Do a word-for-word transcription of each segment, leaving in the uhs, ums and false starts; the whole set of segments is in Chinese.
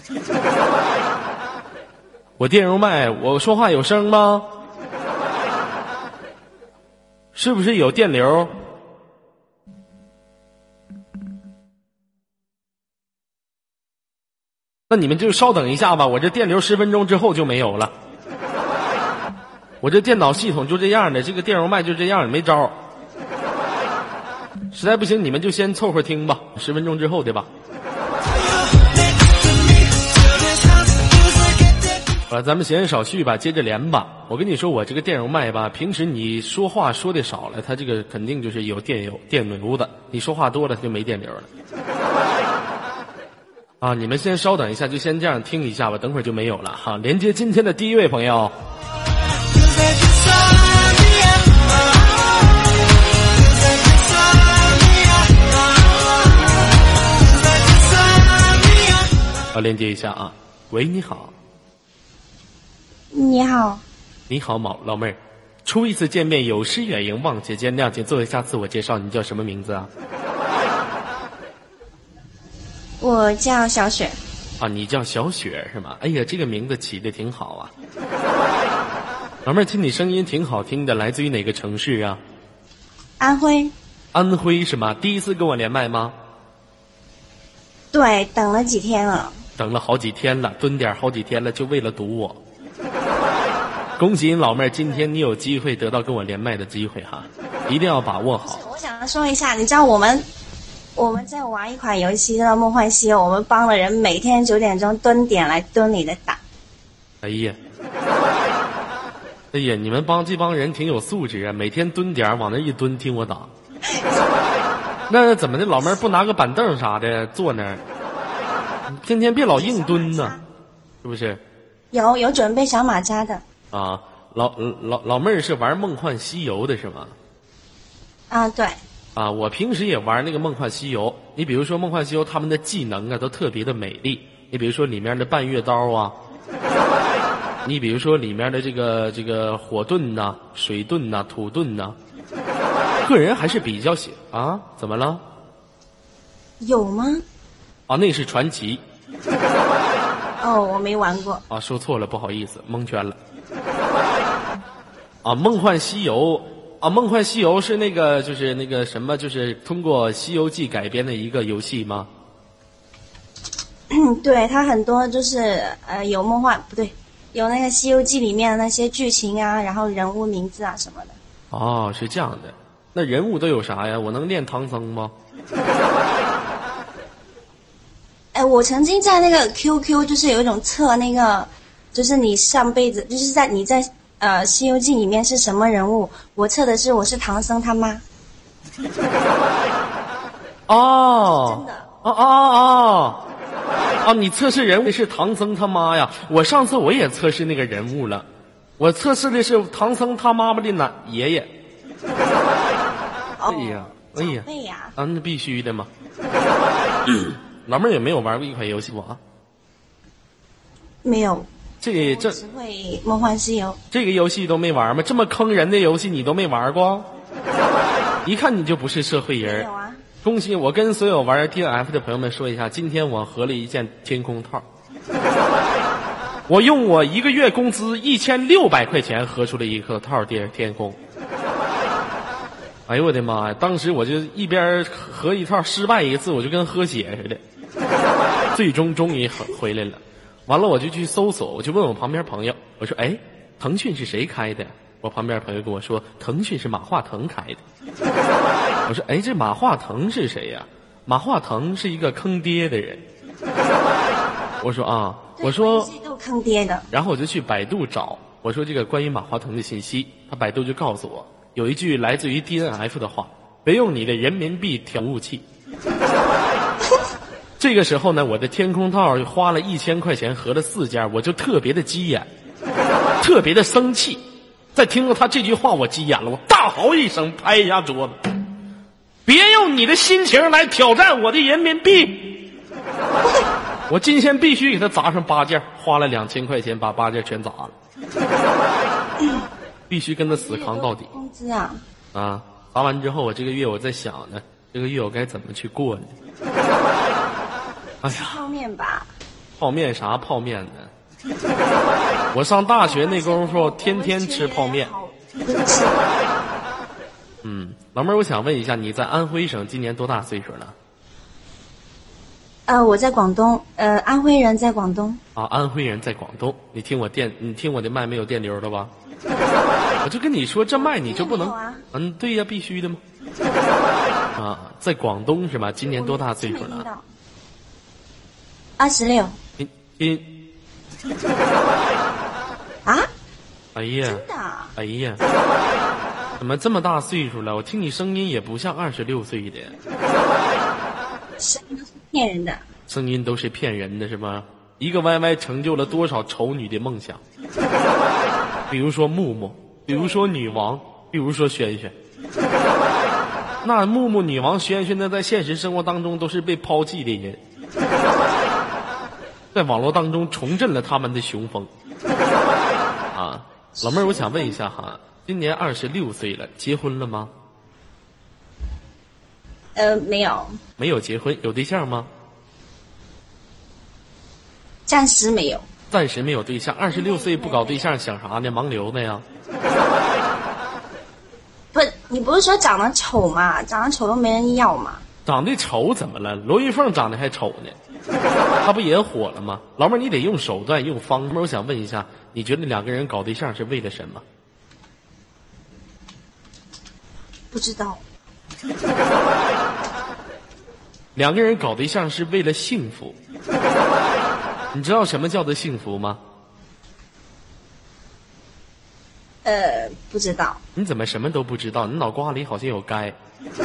我电容麦，我说话有声吗？是不是有电流？那你们就稍等一下吧，我这电流十分钟之后就没有了。我这电脑系统就这样的，这个电容麦就这样，没招。实在不行，你们就先凑合听吧，十分钟之后对吧？好了，咱们闲言少叙吧，接着连吧。我跟你说，我这个电容麦吧，平时你说话说的少了，它这个肯定就是有电流电流的，你说话多了它就没电流了。啊，你们先稍等一下，就先这样听一下吧，等会儿就没有了哈。连接今天的第一位朋友。好，连接一下啊。喂，你好。 你好。 你好，老老妹儿。初一次见面，有失远迎，望且见谅，请做一下自我介绍，你叫什么名字啊？ 我叫小雪。 啊，你叫小雪是吗？哎呀，这个名字起得挺好啊。老妹儿，听你声音挺好听的，来自于哪个城市啊？ 安徽。 安徽是吗？第一次跟我连麦吗？ 对，等了几天了。 等了好几天了，蹲点好几天了，就为了堵我。恭喜老妹儿，今天你有机会得到跟我连麦的机会哈，一定要把握好。 我想说一下，你知道我们我们在玩一款游戏叫《梦幻西游》，我们帮了人每天九点钟蹲点来蹲你的档。 哎呀，哎呀，你们帮这帮人挺有素质啊，每天蹲点往那一蹲听我打。那怎么的，老妹儿不拿个板凳啥的坐那儿？天天别老硬蹲呢，是不是？ 有有准备小马扎的。 啊，老老老妹儿是玩梦幻西游的是吗？ 啊，对。 啊，我平时也玩那个梦幻西游。你比如说梦幻西游，他们的技能啊都特别的美丽。你比如说里面的半月刀啊，你比如说里面的这个这个火盾呐、啊、水盾呐、啊、土盾呐、啊，个人还是比较喜啊。怎么了？ 有吗？ 啊，那是传奇。 哦，我没玩过。 啊，说错了，不好意思，蒙圈了。啊，梦幻西游。啊，梦幻西游是那个就是那个什么，就是通过西游记改编的一个游戏吗？ 对，它很多就是呃有梦幻不对，有那个西游记里面的那些剧情啊，然后人物名字啊什么的。 哦，是这样的。那人物都有啥呀？我能练唐僧吗？ 哎，我曾经在那个 Q Q 就是有一种测那个，就是你上辈子就是在你在。呃，《西游记》里面是什么人物？我测的是我是唐僧他妈。 哦， 真的。 哦哦哦哦，你测试人物是唐僧他妈呀？我上次我也测试那个人物了，我测试的是唐僧他妈妈的奶爷爷。 哦、 哎呀，哎呀， 长辈呀， 啊，那必须的嘛。老妹儿也没有玩过一款游戏吧？ 没有。 这这只会梦幻西游， 这个游戏都没玩吗？这么坑人的游戏你都没玩过？一看你就不是社会人。 没有啊。 恭喜我跟所有玩 D N F 的朋友们说一下，今天我合了一件天空套。我用我一个月工资一千六百块钱合出了一个套天天空。哎呦我的妈呀！当时我就一边合一套失败一次，我就跟喝血似的。最终终于回来了。完了我就去搜索，我就问我旁边朋友，我说哎，腾讯是谁开的？我旁边朋友跟我说，腾讯是马化腾开的。我说哎，这马化腾是谁呀？马化腾是一个坑爹的人。我说啊，我说都坑爹的。 然后我就去百度找，我说这个关于马化腾的信息，他百度就告诉我有一句来自于 D N F 的话，别用你的人民币调雾器。这个时候呢，我的天空套花了一千块钱合了四家，我就特别的急眼，特别的生气。在听到他这句话，我急眼了，我大嚎一声，拍一下桌子，别用你的心情来挑战我的人民币。我今天必须给他砸上八件，花了两千块钱把八件全砸了，必须跟他死扛到底。 工资啊！ 啊，砸完之后，我这个月我在想呢，这个月我该怎么去过呢？哎呀， 泡面吧， 泡面啥泡面呢？我上大学那功夫天天吃泡面。嗯，老妹儿，我想问一下，你在安徽省今年多大岁数了？ 呃，我在广东，呃，安徽人在广东。 啊，安徽人在广东。你听我电，你听我的麦没有电流了吧？我就跟你说，这麦你就不能。 啊、 嗯，对呀，必须的嘛。啊，在广东是吧？今年多大岁数了？ 二十六。 你你啊？ 哎呀！ 真的？ 哎呀！怎么这么大岁数了？我听你声音也不像二十六岁的。 声音都是骗人的。 声音都是骗人的是吧？一个 Y Y 成就了多少丑女的梦想？比如说木木，比如说女王，比如说萱萱。那木木、女王、萱萱呢，在现实生活当中都是被抛弃的人，在网络当中重振了他们的雄风。啊，老妹儿，我想问一下哈，今年二十六岁了，结婚了吗？ 呃，没有。 没有结婚，有对象吗？ 暂时没有。 暂时没有对象。二十六岁不搞对象，想啥呢？盲流呢呀？ 不，你不是说长得丑吗？长得丑又没人要嘛。 长得丑怎么了？罗玉凤长得还丑呢，她不也火了吗？老妹儿，你得用手段，用方式。我想问一下，你觉得两个人搞对象是为了什么？ 不知道。 两个人搞对象是为了幸福。你知道什么叫做幸福吗？ 呃，不知道。 你怎么什么都不知道？你脑瓜里好像有该。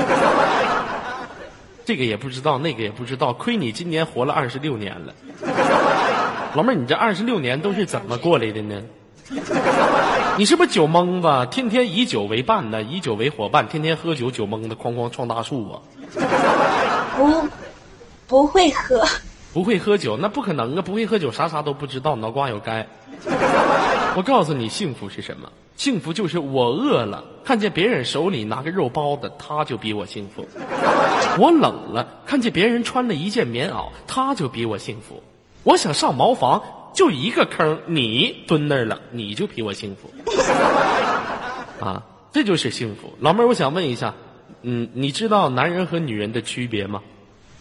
这个也不知道，那个也不知道，亏你今年活了二十六年了。老妹儿，你这二十六年都是怎么过来的呢？你是不是酒蒙子？天天以酒为伴呢，以酒为伙伴，天天喝酒，酒蒙子，哐哐撞大树啊！ 不，不会喝。 不会喝酒，那不可能啊！不会喝酒，啥啥都不知道，脑瓜有该。我告诉你，幸福是什么？幸福就是我饿了，看见别人手里拿个肉包子，他就比我幸福；我冷了，看见别人穿了一件棉袄，他就比我幸福；我想上茅房，就一个坑，你蹲那儿了，你就比我幸福。啊，这就是幸福。老妹儿，我想问一下，嗯，你知道男人和女人的区别吗？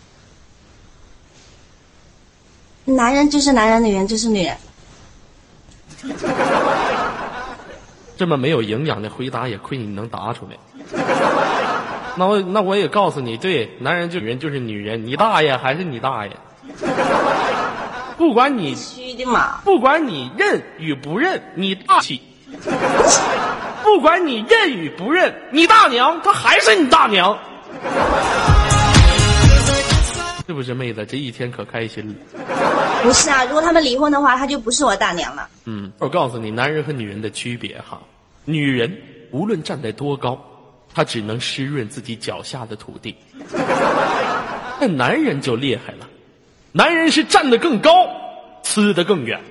男人就是男人，女人就是女人。 这么没有营养的回答，也亏你能答出来。那我那我也告诉你，对，男人就女人就是女人，你大爷还是你大爷。不管你虚的嘛， 不管你认与不认，你大气；不管你认与不认，你大娘她还是你大娘。是不是妹子？这一天可开心了。 不是啊，如果他们离婚的话，她就不是我大娘了。 嗯，我告诉你，男人和女人的区别哈。女人无论站得多高，她只能湿润自己脚下的土地。但男人就厉害了，男人是站得更高，呲得更远。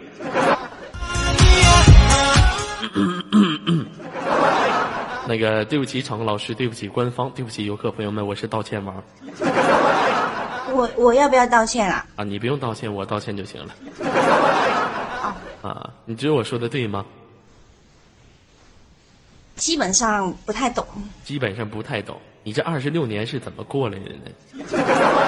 那个，对不起，场老师，对不起，官方，对不起，游客朋友们，我是道歉王。 我我要不要道歉啊？ 啊，你不用道歉，我道歉就行了。 哦、 啊，你觉得我说的对吗？ 基本上不太懂。 基本上不太懂。你这二十六年是怎么过来的呢？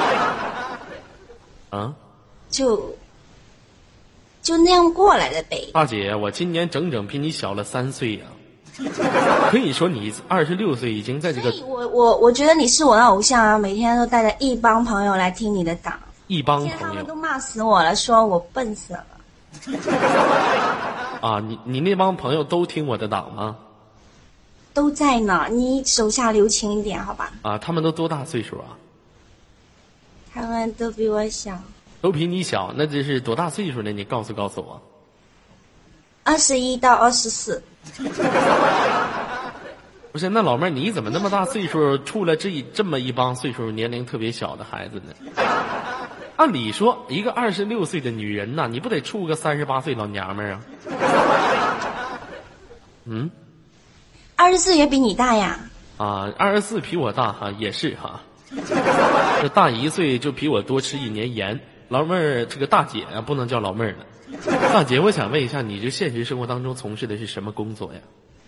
啊？ 就就那样过来的呗。 大姐，我今年整整比你小了三岁呀、啊。可以说你二十六岁已经在这个。 我我我觉得你是我的偶像啊！每天都带着一帮朋友来听你的档， 一帮朋友， 现在他们都骂死我了，说我笨死了。 啊，你你那帮朋友都听我的档吗？ 都在呢，你手下留情一点好吧？ 啊，他们都多大岁数啊？ 他们都比我小。 都比你小，那这是多大岁数呢？你告诉告诉我。 二十一到二十四。 不是，那老妹儿，你怎么那么大岁数，处了这这么一帮岁数年龄特别小的孩子呢？按理说，一个二十六岁的女人呐，你不得处个三十八岁老娘们儿啊？嗯， 二十四也比你大呀。 啊，二十四比我大哈，也是哈。这大一岁就比我多吃一年盐， 老妹儿，这个大姐啊，不能叫老妹儿了。大姐，我想问一下，你这现实生活当中从事的是什么工作呀？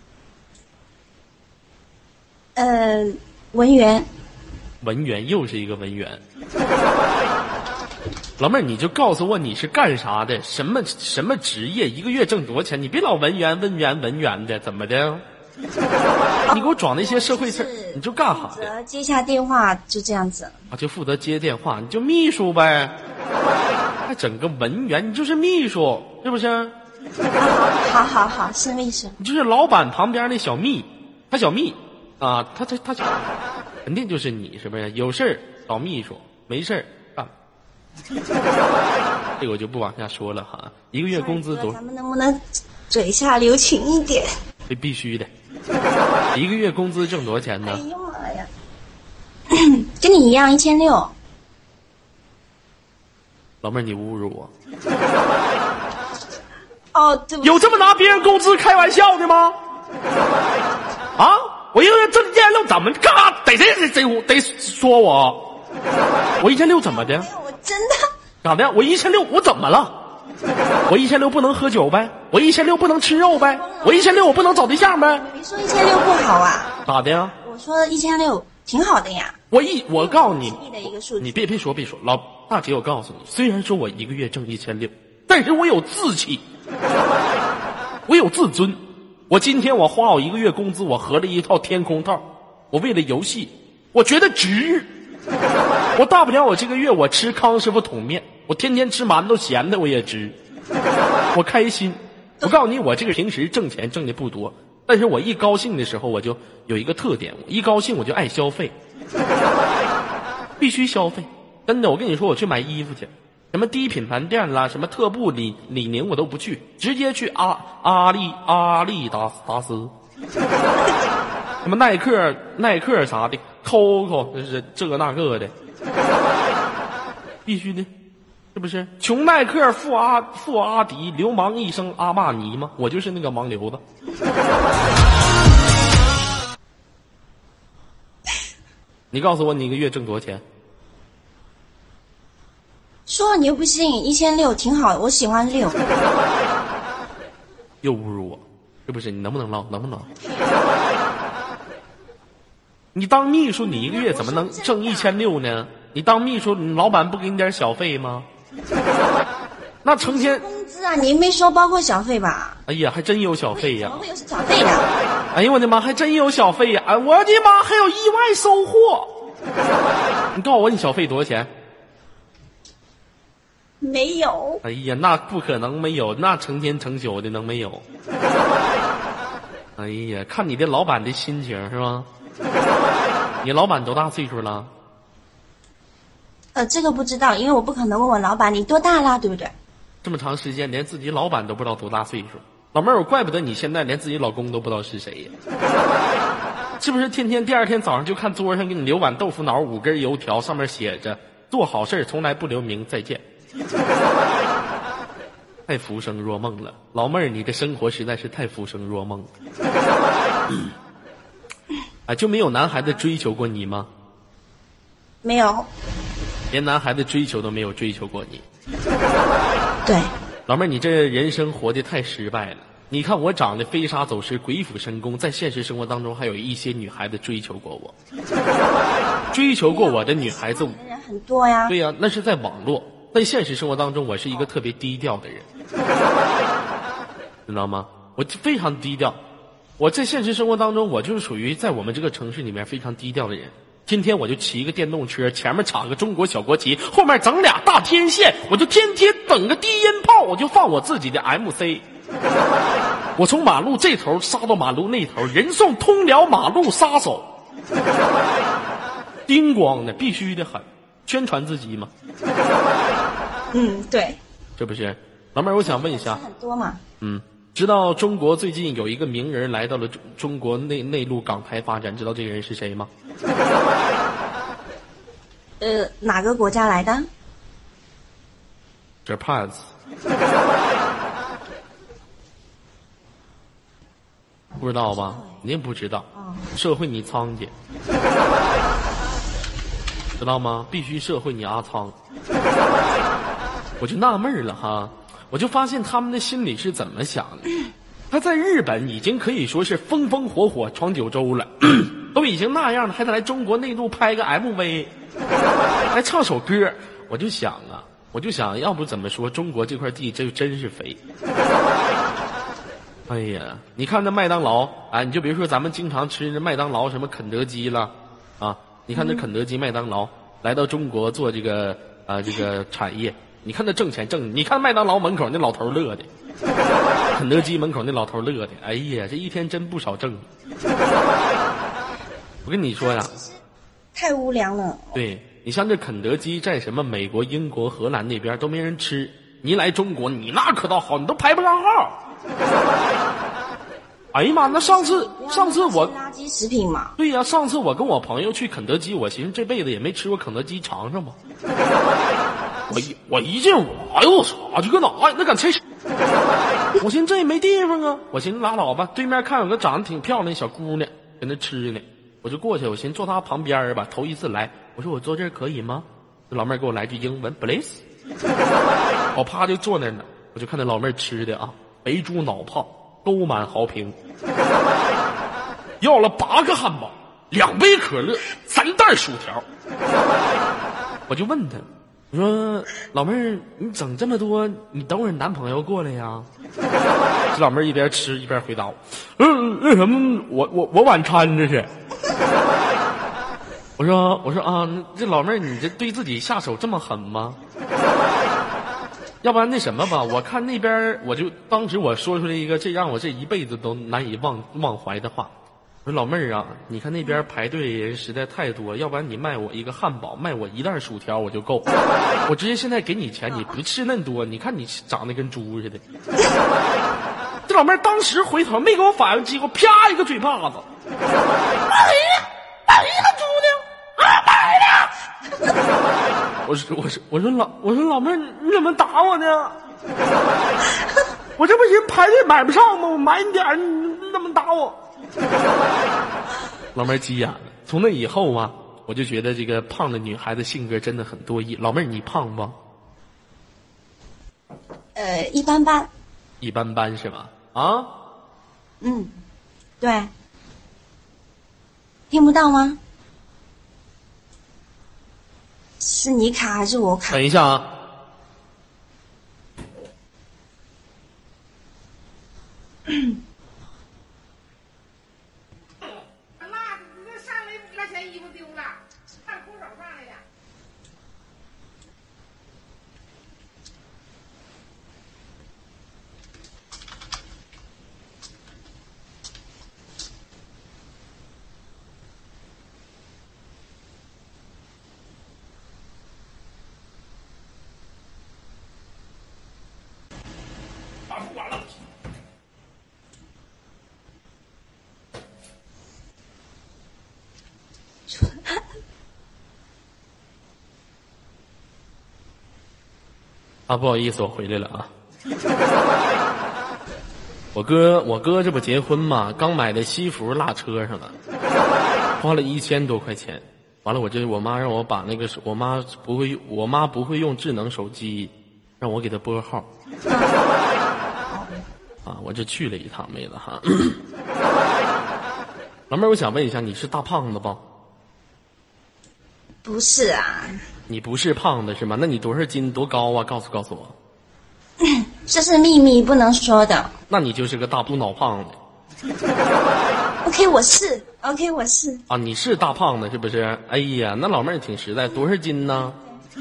呃，文员。 文员，又是一个文员。老妹儿，你就告诉我你是干啥的，什么什么职业，一个月挣多少钱？你别老文员文员文员的，怎么的？你给我装那些社会事儿，你就干哈的？ 接一下电话，就这样子。 啊，就负责接电话，你就秘书呗。还整个文员，你就是秘书，是不是？ 好好好，是秘书。 你就是老板旁边那小秘，他小秘啊，他他他肯定就是你，是不是？有事儿找秘书，没事儿干。这个我就不往下说了哈。一个月工资多？ 咱们能不能嘴下留情一点？ 这必须的。一个月工资挣多少钱呢？ 哎呦妈呀，跟你一样一千六。 老妹儿，你侮辱我。 哦，对不起。 有这么拿别人工资开玩笑的吗？啊，我一个月挣一千六，怎么干嘛？得谁得得得说我？我一千六怎么的？ 我真的咋的？我一千六我怎么了？我一千六不能喝酒呗？我一千六不能吃肉呗？我一千六我不能找对象呗？ 你说一千六不好啊？ 咋的呀？ 我说一千六挺好的呀。 我一我告诉你，你别别说别说，老大姐，我告诉你，虽然说我一个月挣一千六，但是我有志气，我有自尊。我今天我花我一个月工资，我合了一套天空套，我为了游戏，我觉得值。我大不了我这个月我吃康师傅桶面，我天天吃馒头咸的我也值，我开心。我告诉你，我这个平时挣钱挣的不多，但是我一高兴的时候我就有一个特点，我一高兴我就爱消费，必须消费。真的，我跟你说，我去买衣服去，什么低品牌店啦，什么特步、李李宁我都不去，直接去阿阿丽阿丽达达斯，什么耐克耐克啥的 ，Coco 就是这个那个的，必须的，是不是？穷耐克，富阿富阿迪，流氓一生阿玛尼吗？我就是那个盲流子。你告诉我，你一个月挣多少钱？ 说你又不信，一千六挺好，我喜欢六。 又侮辱我，是不是？你能不能唠？能不能？你当秘书，你一个月怎么能挣一千六呢？你当秘书，你老板不给你点小费吗？那成天工资啊，你没说包括小费吧？ 哎呀，还真有小费呀！ 怎么会有小费呢？ 哎呀，我的妈，还真有小费呀！哎，我的妈，还有意外收获！你告诉我，你小费多少钱？ 没有。 哎呀，那不可能没有，那成天成宿的能没有？哎呀，看你的老板的心情是吧？你老板多大岁数了？ 呃，这个不知道，因为我不可能问我老板你多大啦，对不对？ 这么长时间，连自己老板都不知道多大岁数。老妹儿，我怪不得你现在连自己老公都不知道是谁呀？是不是天天第二天早上就看桌上给你留碗豆腐脑，五根油条，上面写着做好事从来不留名，再见。太浮生若梦了，老妹儿，你的生活实在是太浮生若梦了。啊，就没有男孩子追求过你吗？ 没有， 连男孩子追求都没有追求过你。 对， 老妹儿，你这人生活得太失败了。你看我长得飞沙走石，鬼斧神工，在现实生活当中还有一些女孩子追求过我，追求过我的女孩子人很多呀。 对呀，那是在网络，在现实生活当中，我是一个特别低调的人，知道吗？我非常低调。我在现实生活当中，我就是属于在我们这个城市里面非常低调的人。今天我就骑一个电动车，前面插个中国小国旗，后面整俩大天线，我就天天等个低音炮，我就放我自己的 M C。我从马路这头杀到马路那头，人送通辽马路杀手，叮咣的，必须的很，宣传自己嘛。 嗯，对， 这不是老妹儿，我想问一下， 很多嘛。 嗯，知道中国最近有一个名人来到了中中国内内陆港台发展，知道这个人是谁吗？ 呃，哪个国家来的？ 这 Paz。不知道吧？肯定不知道。社会你仓去，知道吗？必须社会你阿仓。 我就纳闷了哈，我就发现他们的心里是怎么想的。他在日本已经可以说是风风火火闯九州了，都已经那样了，还得来中国内陆拍个 M V， 还唱首歌。我就想啊，我就想要不怎么说中国这块地这真是肥。哎呀，你看那麦当劳啊，你就比如说咱们经常吃麦当劳什么肯德基了啊，你看这肯德基麦当劳来到中国做这个啊这个产业，你看那挣钱挣，你看麦当劳门口那老头乐的，肯德基门口那老头乐的，哎呀，这一天真不少挣。我跟你说呀， 太无良了。 对，你像这肯德基在什么美国、英国、荷兰那边都没人吃，你一来中国，你那可倒好，你都排不上号。哎呀妈，那上次上次我垃圾食品嘛。 对呀、啊，上次我跟我朋友去肯德基，我寻思这辈子也没吃过肯德基，尝尝吧。我一我一进屋，哎呦我操，就搁哪哎那敢吃？我寻思这也没地方啊，我寻思拉倒吧。对面看有个长得挺漂亮的小姑娘跟那吃呢，我就过去，我寻思坐她旁边吧，头一次来，我说我坐这儿可以吗？这老妹儿给我来句英文 ，please。我啪就坐那儿呢，我就看那老妹儿吃的啊，肥猪脑泡，都满豪平，要了八个汉堡，两杯可乐，三袋薯条。我就问他，我说老妹儿，你整这么多，你等会儿男朋友过来呀？这老妹儿一边吃一边回答我，嗯，那什么，我我我晚餐这是。我说我说啊，这老妹儿你这对自己下手这么狠吗？要不然那什么吧，我看那边，我就当时我说出来一个这让我这一辈子都难以忘忘怀的话。我说老妹儿啊，你看那边排队人实在太多，要不然你卖我一个汉堡，卖我一袋薯条我就够。我直接现在给你钱，你不吃那么多，你看你长得跟猪似的。这老妹儿当时回头没给我反应机会，啪一个嘴巴子。买呀买呀猪呢？啊买呢！我说我说我说老我说老妹儿你怎么打我呢？我这不是排队买不上吗？我买你点儿，你怎么打我？老妹儿急眼了。从那以后啊，我就觉得这个胖的女孩子性格真的很多异。老妹儿你胖不？ 呃，一般般。 一般般是吧？啊？ 嗯，对。听不到吗？是你卡还是我卡？ 等一下啊。啊，不好意思，我回来了啊。我哥，我哥这不结婚嘛，刚买的西服落车上了，花了一千多块钱。完了，我这我妈让我把那个，我妈不会，我妈不会用智能手机，让我给她拨号。啊，我这去了一趟，妹子哈。老妹儿，我想问一下，你是大胖子不？ 不是啊。 你不是胖的是吗？那你多少斤多高啊？告诉告诉我。 这是秘密，不能说的。 那你就是个大猪脑胖子。 OK， 我是 OK， 我是啊，你是大胖子是不是？哎呀，那老妹儿挺实在，多少斤呢？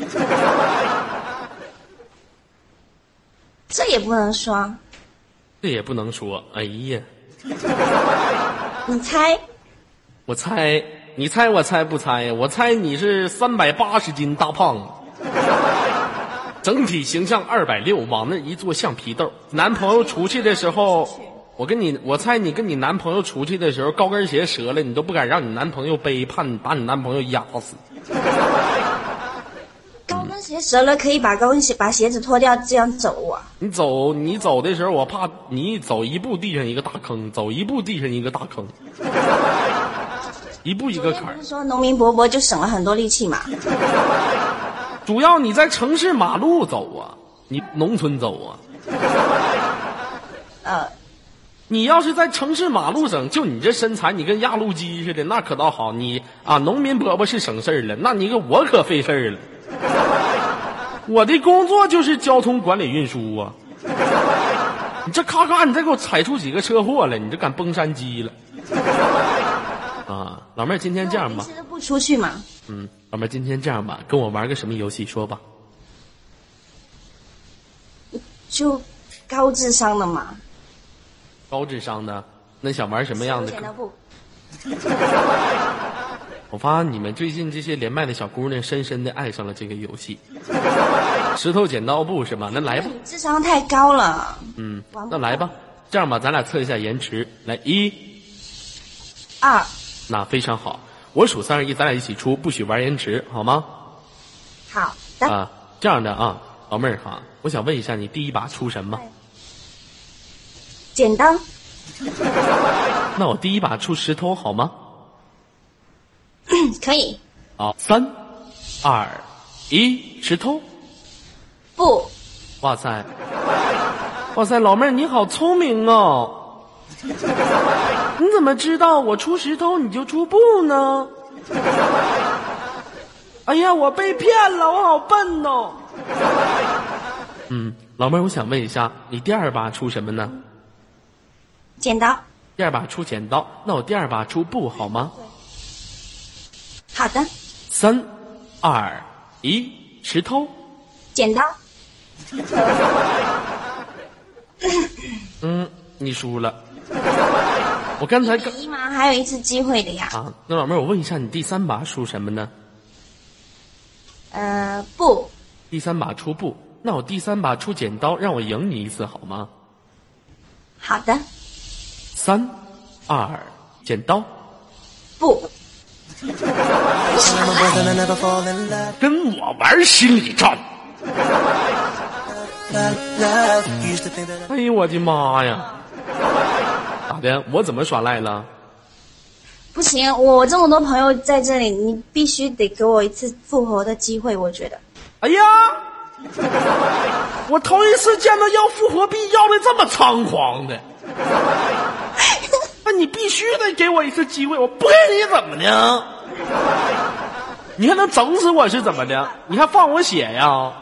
这也不能说。 这也不能说。哎呀， 你猜？ 我猜。你猜我猜不猜呀？我猜你是三百八十斤大胖子，整体形象二百六，往那一坐像皮豆。男朋友出去的时候，我跟你，我猜你跟你男朋友出去的时候，高跟鞋折了，你都不敢让你男朋友背，怕你把你男朋友压死。 高跟鞋折了，可以把高跟鞋把鞋子脱掉，这样走啊？ 你走，你走的时候，我怕你走一步地上一个大坑，走一步地上一个大坑。一步一个坎儿。 不是说农民伯伯就省了很多力气嘛？ 主要你在城市马路走啊， 你农村走啊？ 呃， 你要是在城市马路上，就你这身材，你跟压路机似的，那可倒好。你啊，农民伯伯是省事儿了，那你个我可费事儿了。我的工作就是交通管理运输啊。你这咔咔，你再给我踩出几个车祸来，你这敢崩山鸡了。啊，老妹儿，今天这样吧， 平时都不出去嘛。 嗯，老妹儿，今天这样吧，跟我玩个什么游戏说吧。 就高智商的嘛。 高智商的，那想玩什么样的？ 剪刀布。 我发现你们最近这些连麦的小姑娘深深的爱上了这个游戏。石头剪刀布是吧？那来吧。 你智商太高了。 嗯，那来吧。这样吧，咱俩测一下延迟。来，一、 二。 那非常好。我数三二一，咱俩一起出，不许玩延迟，好吗？ 好的。 啊，这样的啊，老妹儿哈，我想问一下，你第一把出什么？ 剪刀。 那我第一把出石头好吗？ 可以。 好，三、二、一，石头。 不。 哇塞，哇塞，老妹儿你好聪明哦！你怎么知道我出石头你就出布呢？哎呀，我被骗了，我好笨哦。嗯，老妹儿，我想问一下，你第二把出什么呢？ 剪刀。 第二把出剪刀，那我第二把出布好吗？ 好的。 三、二、一，石头。 剪刀。 嗯，你输了。我刚才一吗？还有一次机会的呀。 啊，那老妹儿，我问一下，你第三把出什么呢？ 呃，布。 第三把出布，那我第三把出剪刀，让我赢你一次好吗？ 好的。 三、二，剪刀。 不。 跟我玩心理战。哎呦我的妈呀！咋的？我怎么耍赖了？ 不行，我这么多朋友在这里，你必须得给我一次复活的机会，我觉得。 哎呀，我头一次见到要复活币要的这么猖狂的。那你必须得给我一次机会，我不给你怎么的？你还能整死我是怎么的？你还放我血呀？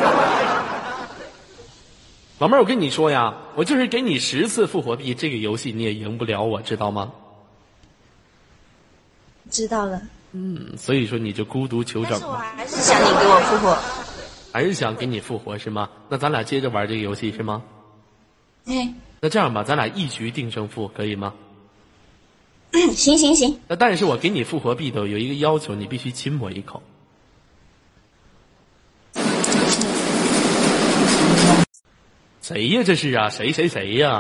老妹儿，我跟你说呀，我就是给你十次复活币，这个游戏你也赢不了我，知道吗？ 知道了。 嗯，所以说你就孤独求整吧。 但是我还是想你给我复活。 还是想给你复活是吗？那咱俩接着玩这个游戏是吗？ 哎。 那这样吧，咱俩一局定胜负，可以吗？ 行行行。 那但是我给你复活币的有一个要求，你必须亲我一口。谁呀？这是啊？谁谁谁呀？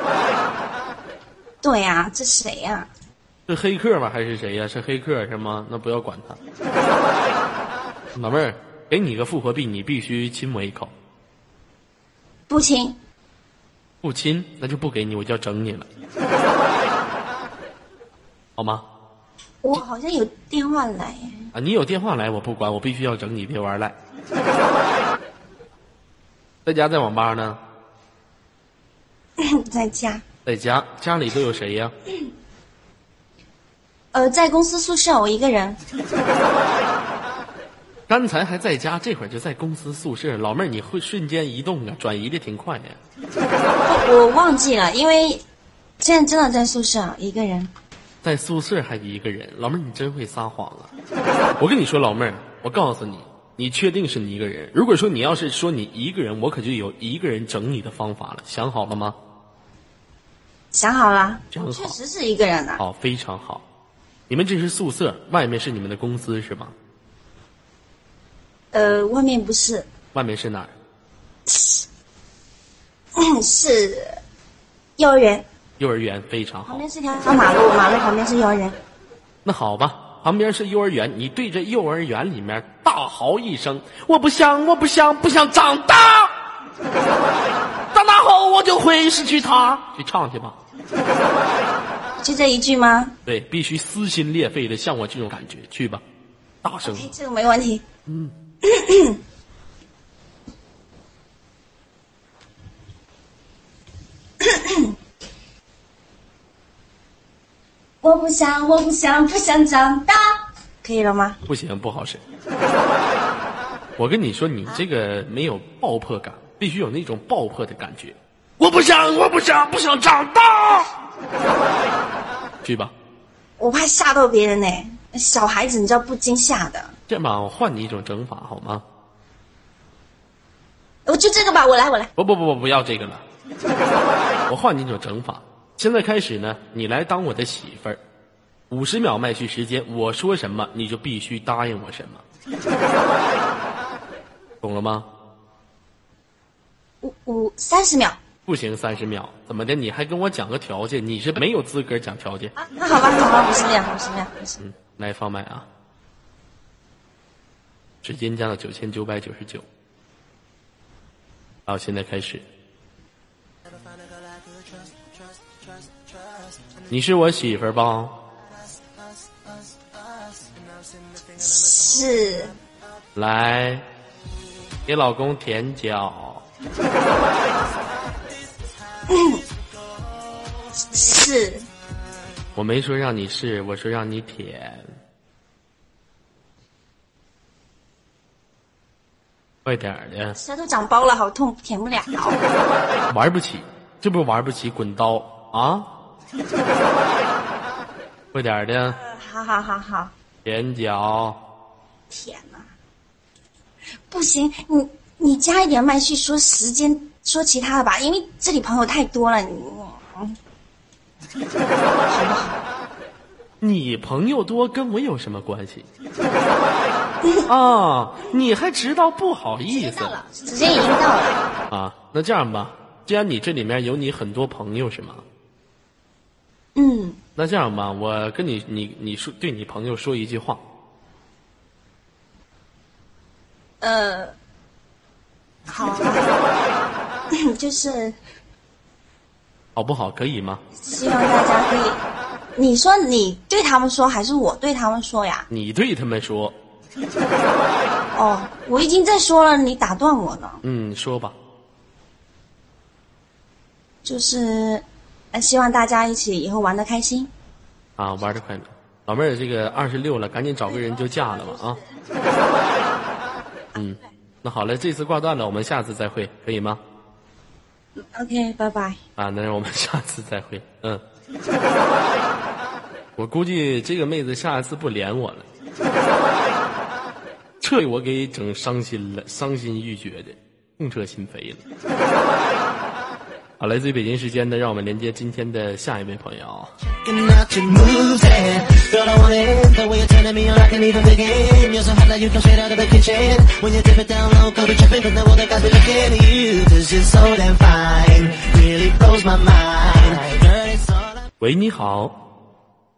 对呀、啊，这谁呀、啊？ 是黑客吗？还是谁呀？是黑客是吗？那不要管他。老妹儿，给你个复活币，你必须亲我一口。 不亲。 不亲，那就不给你，我就要整你了，好吗？ 我好像有电话来啊！你有电话来，我不管，我必须要整你，别玩赖。在家在网吧呢？ 在家。 在家，家里都有谁呀？ 呃，在公司宿舍，我一个人。 刚才还在家，这会儿就在公司宿舍。老妹儿，你会瞬间移动啊，转移的挺快呀。 我忘记了，因为现在真的在宿舍一个人。 在宿舍还一个人，老妹儿你真会撒谎啊！我跟你说，老妹儿，我告诉你，你确定是你一个人？如果说你要是说你一个人，我可就有一个人整你的方法了，想好了吗？ 想好了， 真好， 确实是一个人啊。 好，非常好。你们这是宿舍，外面是你们的公司是吗？ 呃，外面不是。 外面是哪儿？ 是幼儿园。 幼儿园非常好。 旁边是条马路，马路旁边是幼儿园。 那好吧，旁边是幼儿园，你对着幼儿园里面大嚎一声：“我不想，我不想，不想长大，长大后我就会失去他。”去唱去吧。 就这一句吗？ 对，必须撕心裂肺的，像我这种感觉，去吧，大声。 这个没问题。 嗯。 我不想，我不想，不想长大，可以了吗？ 不行，不好使。我跟你说，你这个没有爆破感，必须有那种爆破的感觉。我不想，我不想，不想长大。去吧。 我怕吓到别人呢，小孩子你知道不惊吓的。 这样吧，我换你一种整法好吗？ 我就这个吧，我来，我来。 不不不不，不要这个了。我换你一种整法。现在开始呢，你来当我的媳妇儿，五十秒麦序时间，我说什么你就必须答应我什么，懂了吗？ 五五三十秒。 不行，三十秒，怎么的？你还跟我讲个条件？你是没有资格讲条件。 啊，那好吧，好吧，五十秒，五十秒，五十。 嗯，来放麦啊！时间加到九千九百九十九。好，现在开始。你是我媳妇儿吧？ 是。 来，给老公舔脚。 是。 我没说让你试，我说让你舔。快点儿的。 舌头长包了，好痛，舔不了。 玩不起，这不玩不起，滚刀啊！快点儿的。 呃，好好好好。 舔脚。 天哪！不行，你你加一点麦序，说时间，说其他的吧，因为这里朋友太多了，你，嗯，好不好？ 你朋友多跟我有什么关系？啊，你还知道不好意思？ 时间已经到了。 啊，那这样吧，既然你这里面有你很多朋友是吗？ 嗯。 那这样吧，我跟你你你说对你朋友说一句话。 呃，好啊，就是好不好？可以吗？ 希望大家可以。你说你对他们说，还是我对他们说呀？ 你对他们说。 哦，我已经在说了，你打断我了。 嗯，说吧。 就是，呃，希望大家一起以后玩得开心。 啊，玩得快乐。老妹儿，这个二十六了，赶紧找个人就嫁了吧啊！嗯，那好了，这次挂断了，我们下次再会，可以吗 ？OK， 拜拜。 啊，那我们下次再会。嗯，我估计这个妹子下一次不连我了，彻底我给整伤心了，伤心欲绝的，痛彻心扉了。好，来自于北京时间的，让我们连接今天的下一位朋友。喂，你好。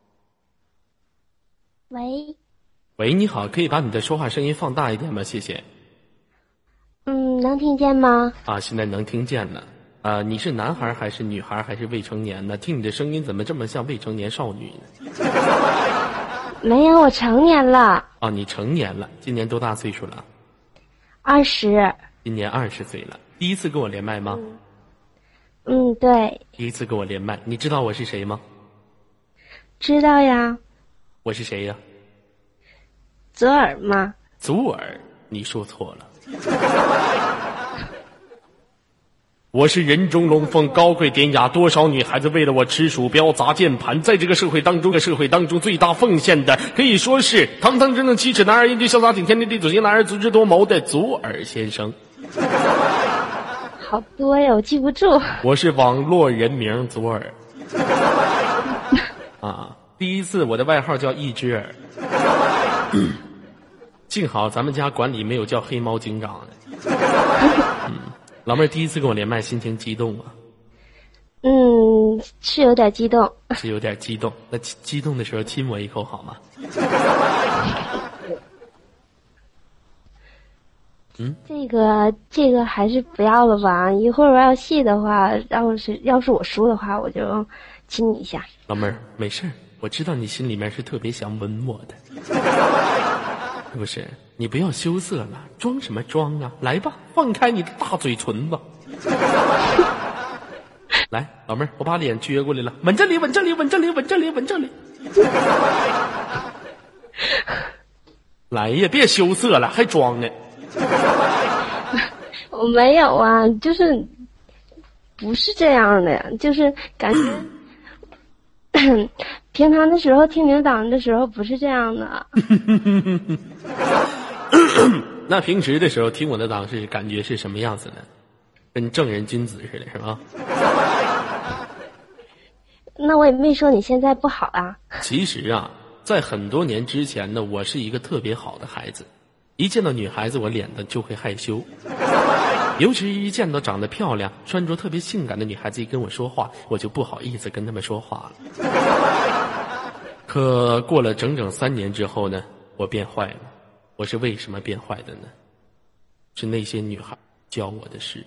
喂。 喂，你好，可以把你的说话声音放大一点吗？谢谢。 嗯，能听见吗？ 啊，现在能听见了。啊、呃，你是男孩还是女孩还是未成年呢？听你的声音怎么这么像未成年少女呢？ 没有，我成年了。 啊，你成年了，今年多大岁数了？ 二十。 今年二十岁了。第一次跟我连麦吗？ 嗯, 嗯，对。 第一次跟我连麦，你知道我是谁吗？ 知道呀。 我是谁呀？ 左耳吗？ 左耳，你说错了。我是人中龙凤，高贵典雅，多少女孩子为了我吃鼠标砸键盘，在这个社会当中，这个社会当中最大奉献的，可以说是堂堂正正七尺男儿，英俊潇洒挺天地地主型男儿，足智多谋的左耳先生。 好多呀，我记不住。 我是网络人名左耳。啊，第一次我的外号叫一只耳。嗯，幸好咱们家管理没有叫黑猫警长的。嗯，老妹儿第一次跟我连麦，心情激动啊。 嗯，是有点激动。 是有点激动，那激动的时候亲我一口好吗？嗯， 这个这个还是不要了吧。一会儿要戏的话，要是要是我输的话，我就亲你一下。 老妹儿，没事儿，我知道你心里面是特别想吻我的。是不是？你不要羞涩了，装什么装啊？来吧，放开你的大嘴唇吧。来，老妹儿，我把脸撅过来了，吻这里，吻这里，吻这里，吻这里，吻这里。 来呀，别羞涩了，还装呢。 我没有啊，就是不是这样的呀，就是感觉平常的时候听领导的时候不是这样的。 那平时的时候听我的档是感觉是什么样子呢？跟正人君子似的，是吧？ 那我也没说你现在不好啊。 其实啊，在很多年之前呢，我是一个特别好的孩子，一见到女孩子我脸的就会害羞，尤其是一见到长得漂亮、穿着特别性感的女孩子一跟我说话，我就不好意思跟她们说话了。可过了整整三年之后呢，我变坏了。我是为什么变坏的呢？是那些女孩教我的事。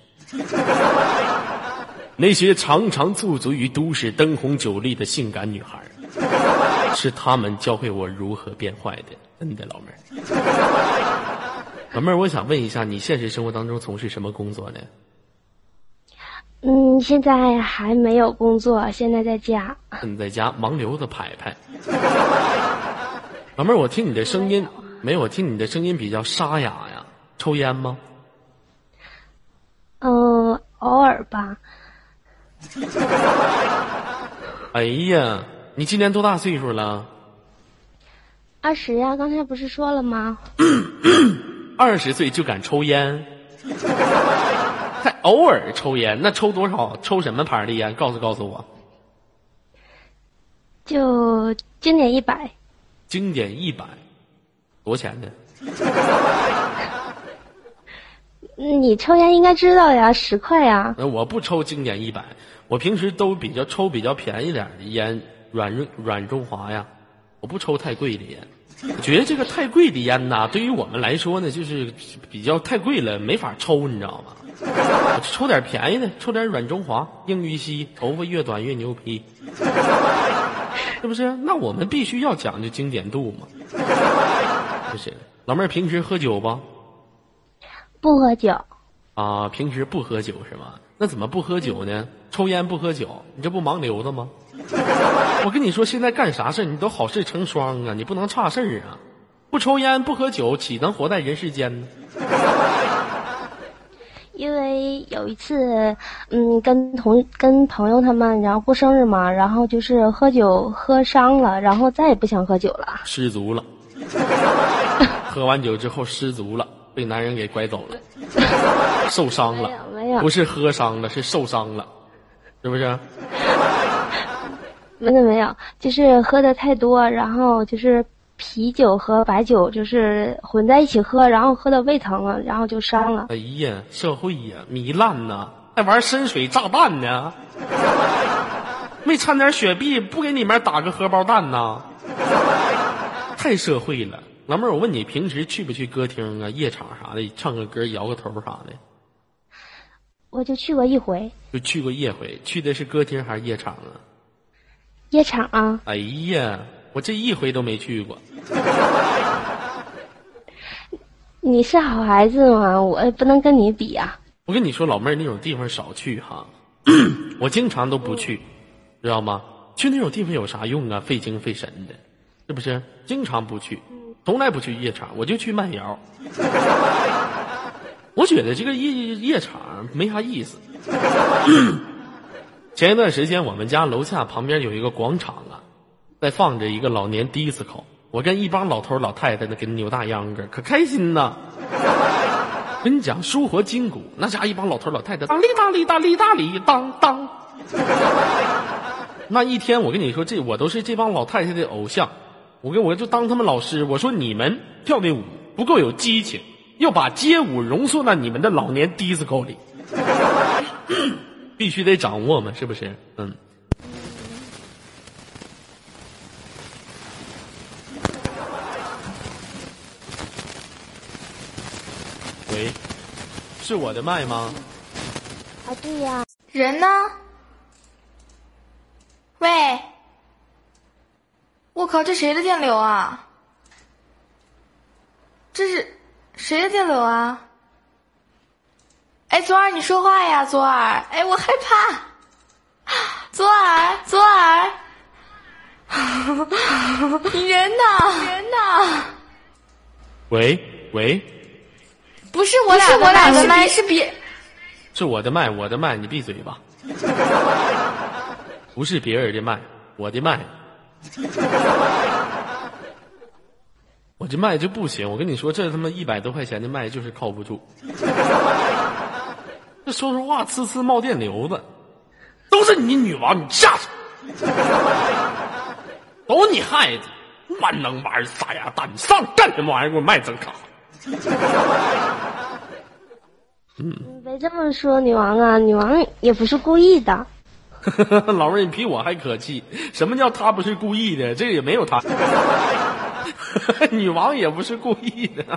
那些常常驻足于都市灯红酒绿的性感女孩，是她们教会我如何变坏的。真的，老妹儿。老妹儿，我想问一下，你现实生活当中从事什么工作呢？ 嗯，现在还没有工作，现在在家。 嗯，在家忙流的牌牌。老妹儿，我听你的声音，没有，我听你的声音比较沙哑呀。抽烟吗？ 嗯、呃，偶尔吧。 哎呀，你今年多大岁数了？ 二十呀，刚才不是说了吗？ 二十岁就敢抽烟，还偶尔抽烟，那抽多少？抽什么牌的烟？告诉告诉我。 就经典一百。 经典一百，多钱呢？ 你抽烟应该知道呀，十块呀。 我不抽经典一百，我平时都比较抽比较便宜点的烟，软润软中华呀，我不抽太贵的烟。我觉得这个太贵的烟呐，对于我们来说呢，就是比较太贵了，没法抽，你知道吗？我抽点便宜的，抽点软中华、硬玉溪，头发越短越牛批，是不是？那我们必须要讲究经典度嘛。不是，老妹儿平时喝酒不？ 不喝酒。 啊，平时不喝酒是吗？那怎么不喝酒呢？抽烟不喝酒，你这不盲流的吗？我跟你说，现在干啥事你都好事成双啊，你不能差事儿啊！不抽烟不喝酒，岂能活在人世间呢？ 因为有一次，嗯，跟同跟朋友他们，然后过生日嘛，然后就是喝酒喝伤了，然后再也不想喝酒了， 失足了。喝完酒之后失足了，被男人给拐走了，受伤了。 没有没有， 不是喝伤了，是受伤了，是不是？ 没有没有，就是喝的太多，然后就是啤酒和白酒就是混在一起喝，然后喝的胃疼了，然后就伤了。 哎呀，社会呀，糜烂呐，还玩深水炸弹呢，没掺点雪碧，不给里面打个荷包蛋呐，太社会了。老妹儿，我问你，平时去不去歌厅啊、夜场啥的，唱个歌、摇个头啥的？ 我就去过一回。 就去过夜回，去的是歌厅还是夜场啊？ 夜场啊。 哎呀，我这一回都没去过。 你是好孩子嘛，我也不能跟你比啊。 我跟你说，老妹儿那种地方少去哈，我经常都不去，知道吗？去那种地方有啥用啊？费精费神的，是不是？经常不去，从来不去夜场，我就去慢摇。我觉得这个夜夜场没啥意思。前一段时间我们家楼下旁边有一个广场啊，在放着一个老年disco，我跟一帮老头老太太的跟扭大秧歌，可开心呐！跟你讲，舒活筋骨，那家一帮老头老太太当哩大哩大哩大哩当当，那一天我跟你说，这我都是这帮老太太的偶像，我跟我就当他们老师，我说你们跳的舞不够有激情，要把街舞融入到你们的老年disco里，必须得掌握嘛，是不是？嗯。喂，是我的麦吗？ 啊，对呀。 人呢？喂，我靠，这谁的电流啊？这是谁的电流啊？哎，左耳，你说话呀，左耳！哎，我害怕。左耳，左耳， 你人呢？人呢？ 喂喂， 不是我俩，我俩的麦是别， 是我的麦，我的麦，你闭嘴吧。不是别人的麦，我的麦。我这麦就不行，我跟你说，这他妈一百多块钱的麦就是靠不住。这说实话，呲呲冒电流子，都是你女王，你下去，都你害的，万能玩撒丫蛋，你上干什么玩意儿？给我麦整卡。 嗯，别这么说，女王啊，女王也不是故意的。 老妹儿，你比我还可气。什么叫他不是故意的？这也没有他。女王也不是故意的。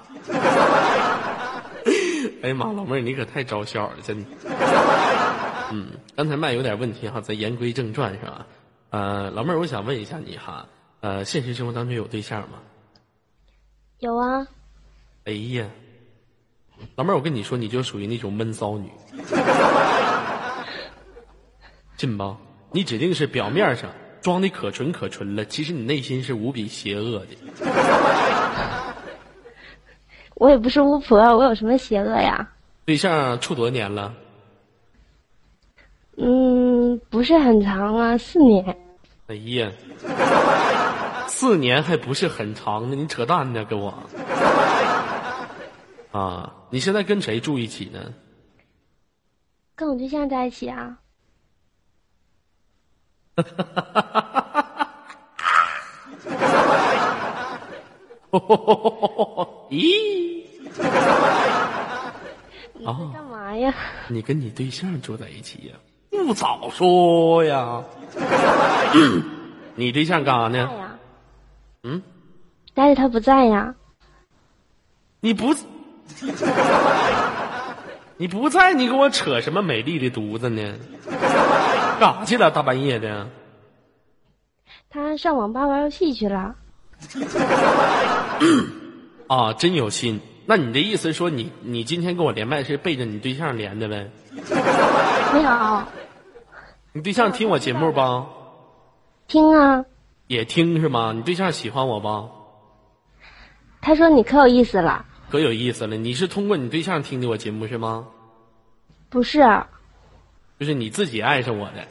哎呀妈，老妹儿你可太招笑了，真的。嗯，刚才麦有点问题哈，咱言归正传是吧？呃，老妹儿，我想问一下你哈，呃，现实生活当中有对象吗？ 有啊。 哎呀，老妹儿，我跟你说，你就属于那种闷骚女。信吧？你指定是表面上装的可纯可纯了，其实你内心是无比邪恶的。 我也不是巫婆，我有什么邪恶呀？ 对象处多少年了？ 嗯，不是很长啊，四年。 哎呀，四年还不是很长呢，你扯淡呢，跟我。啊，你现在跟谁住一起呢？ 跟我对象在一起啊。 咦？ 你在干嘛呀？ 你跟你对象住在一起呀？不早说呀！你对象干啥呢？嗯？ 但是他不在呀。 你不，你不在，你给我扯什么美丽的犊子呢？干啥去了？大半夜的。 他上网吧玩游戏去了。 啊，真有心。那你的意思说你你今天跟我连麦是背着你对象连的呗？ 没有。 你对象听我节目吧？ 听啊。 也听是吗？你对象喜欢我吧？ 他说你可有意思了。 可有意思了。你是通过你对象听的我节目是吗？ 不是。 就是你自己爱上我的。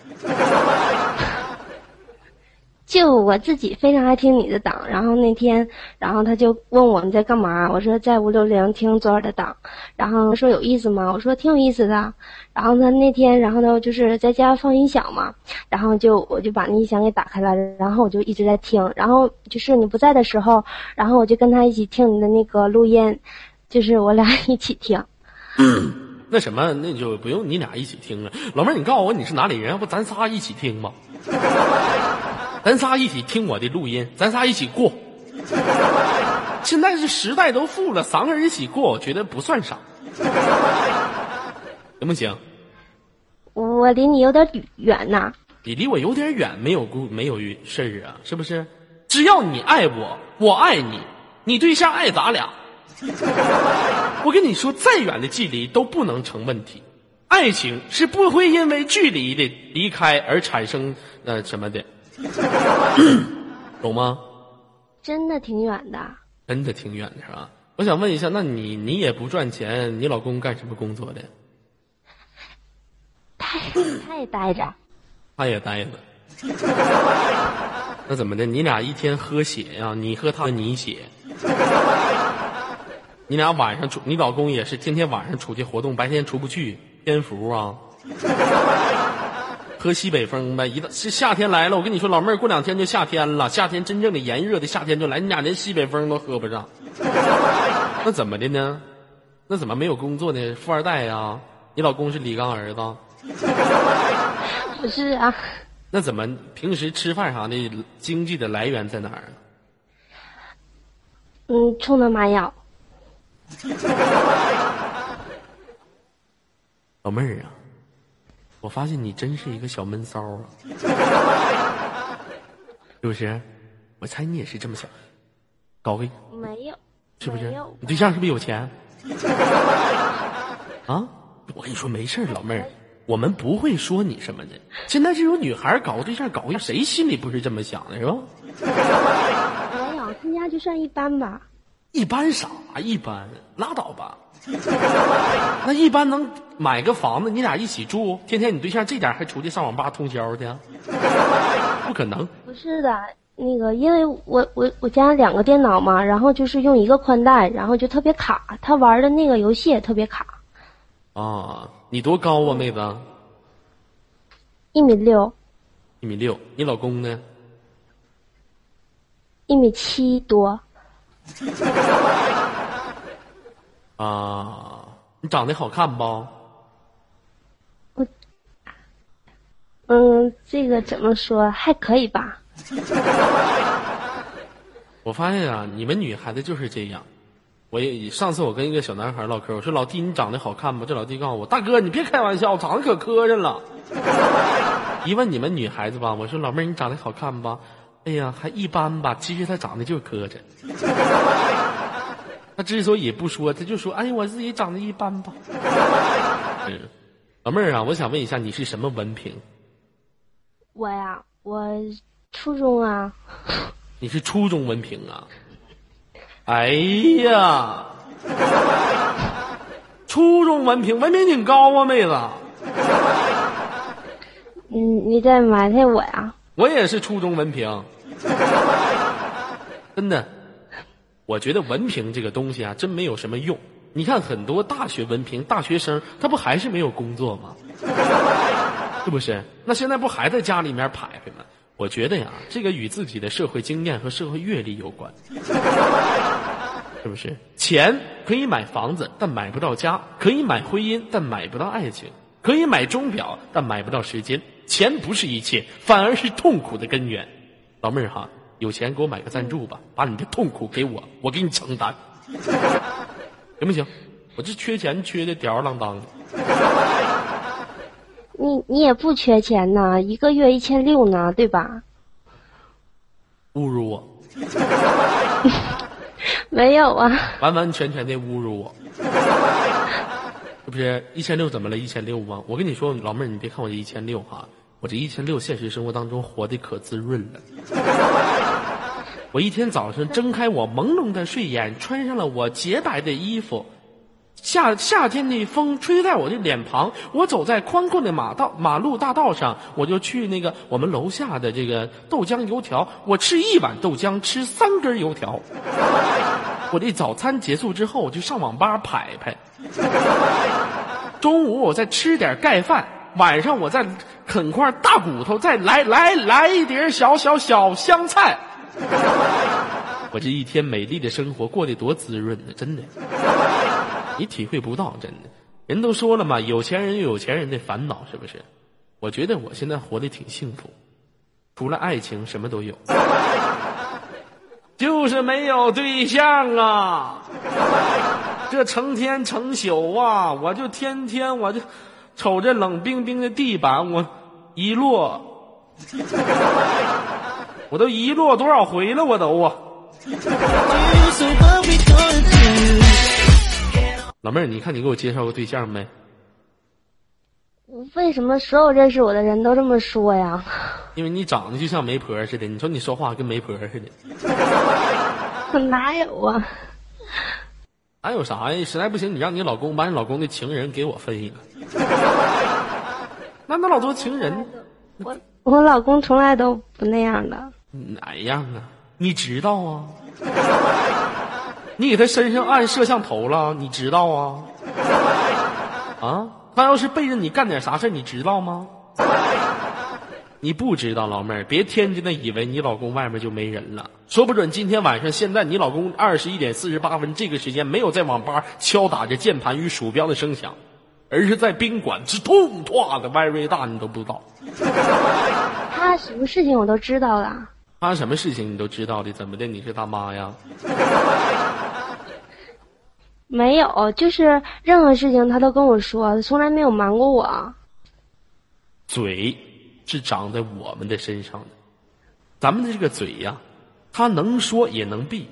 就我自己非常爱听你的档，然后那天，然后他就问我你在干嘛，我说在五六零听左耳的档，然后他说有意思吗？我说挺有意思的。然后他那天，然后呢就是在家放音响嘛，然后就我就把那音响给打开了，然后我就一直在听，然后就是你不在的时候，然后我就跟他一起听你的那个录音，就是我俩一起听。 嗯，那什么，那就不用你俩一起听了。老妹儿，你告诉我你是哪里人？要不咱仨一起听吧？咱仨一起听我的录音，咱仨一起过。现在是时代都富了，三个人一起过，我觉得不算啥，行不行？ 我离你有点远呐。 你离我有点远，没有故没有事儿啊，是不是？只要你爱我，我爱你，你对象爱咱俩，我跟你说，再远的距离都不能成问题。爱情是不会因为距离的离开而产生呃什么的。懂吗？ 真的挺远的。 真的挺远的是吧？我想问一下，那你你也不赚钱，你老公干什么工作的？ 他他也待着。 他也待着。那怎么的？你俩一天喝血呀、啊？你喝他你血。你俩晚上出，你老公也是天天晚上出去活动，白天出不去，蝙蝠啊。喝西北风呗，一到是夏天来了，我跟你说，老妹儿，过两天就夏天了，夏天真正的炎热的夏天就来，你俩连西北风都喝不上，那怎么的呢？那怎么没有工作呢？富二代呀、啊？你老公是李刚儿子？ 不是啊。 那怎么平时吃饭啥的经济的来源在哪儿？ 嗯，冲的麻药。 老妹儿啊。我发现你真是一个小闷骚啊，是不是？我猜你也是这么想，搞个没有， 是不是？ 有你对象是不是有钱？啊，我跟你说没事儿，老妹儿， 我们不会说你什么的。现在这种女孩搞对象搞一谁心里不是这么想的，是吧？ 没有，他家就算一般吧。 一般啥？一般拉倒吧。那一般能买个房子，你俩一起住，天天你对象这点还出去上网吧通宵去？不可能。 不是的，那个因为我我我家两个电脑嘛，然后就是用一个宽带，然后就特别卡，他玩的那个游戏也特别卡。 啊，你多高啊，妹子？ 一米六。 一米六。你老公呢？ 一米七多。 啊，你长得好看不？ 我，嗯，这个怎么说还可以吧。 我发现啊，你们女孩子就是这样。我也上次我跟一个小男孩唠嗑，我说老弟你长得好看吗？这老弟告诉我，大哥你别开玩笑，长得可磕碜了。一问你们女孩子吧，我说老妹儿你长得好看吧？哎呀还一般吧，其实她长得就是磕碜。他之所以不说，他就说：“哎，我自己长得一般吧。”嗯，老妹儿啊，我想问一下，你是什么文凭？ 我呀，我初中啊。 你是初中文凭啊？哎呀，初中文凭，文凭挺高啊，妹子。 嗯，你在埋汰我呀？ 我也是初中文凭，真的。我觉得文凭这个东西啊，真没有什么用。你看很多大学文凭大学生，他不还是没有工作吗？是不是？那现在不还在家里面徘徊吗？我觉得呀，这个与自己的社会经验和社会阅历有关，是不是？钱可以买房子，但买不到家；可以买婚姻，但买不到爱情；可以买钟表，但买不到时间。钱不是一切，反而是痛苦的根源。老妹儿哈，有钱给我买个赞助吧，把你的痛苦给我，我给你承担，行不行？我这缺钱缺的吊儿郎当的。 你你也不缺钱呐，一个月一千六呢，对吧？ 侮辱我。 没有啊， 完完全全的侮辱我。是不是一千六怎么了？一千六吗？我跟你说，老妹儿，你别看我这一千六哈，我这一千六现实生活当中活得可滋润了。我一天早上睁开我朦胧的睡眼，穿上了我洁白的衣服，夏夏天的风吹在我的脸庞，我走在宽阔的马道马路大道上，我就去那个我们楼下的这个豆浆油条，我吃一碗豆浆，吃三根油条。我这早餐结束之后，我就上网吧排排。中午我再吃点盖饭，晚上我再啃块大骨头，再来来来一碟小小小香菜。我这一天美丽的生活过得多滋润呢，真的，你体会不到，真的。人都说了嘛，有钱人有有钱人的烦恼，是不是？我觉得我现在活得挺幸福，除了爱情什么都有，就是没有对象啊。这成天成宿啊，我就天天我就瞅着冷冰冰的地板，我一落，我都一落多少回了，我都啊。老妹儿，你看你给我介绍个对象没？ 为什么所有认识我的人都这么说呀？ 因为你长得就像媒婆似的，你说你说话跟媒婆似的。 哪有啊？ 还有啥呀？实在不行，你让你老公把你老公的情人给我分一个。那那老多情人， 我我老公从来都不那样的。 哪样啊？你知道啊？你给他身上按摄像头了，你知道啊？啊？他要是背着你干点啥事，你知道吗？你不知道，老妹儿，别天真的以为你老公外面就没人了，说不准今天晚上现在你老公二十一点四十八分这个时间没有在网吧敲打着键盘与鼠标的声响，而是在宾馆直痛痛的歪瑞大，你都不知道。 他什么事情我都知道了。 他什么事情你都知道的？怎么的？你是大妈呀？ 没有，就是任何事情他都跟我说，从来没有瞒过我。 嘴是长在我们的身上的，咱们的这个嘴呀，它能说也能闭。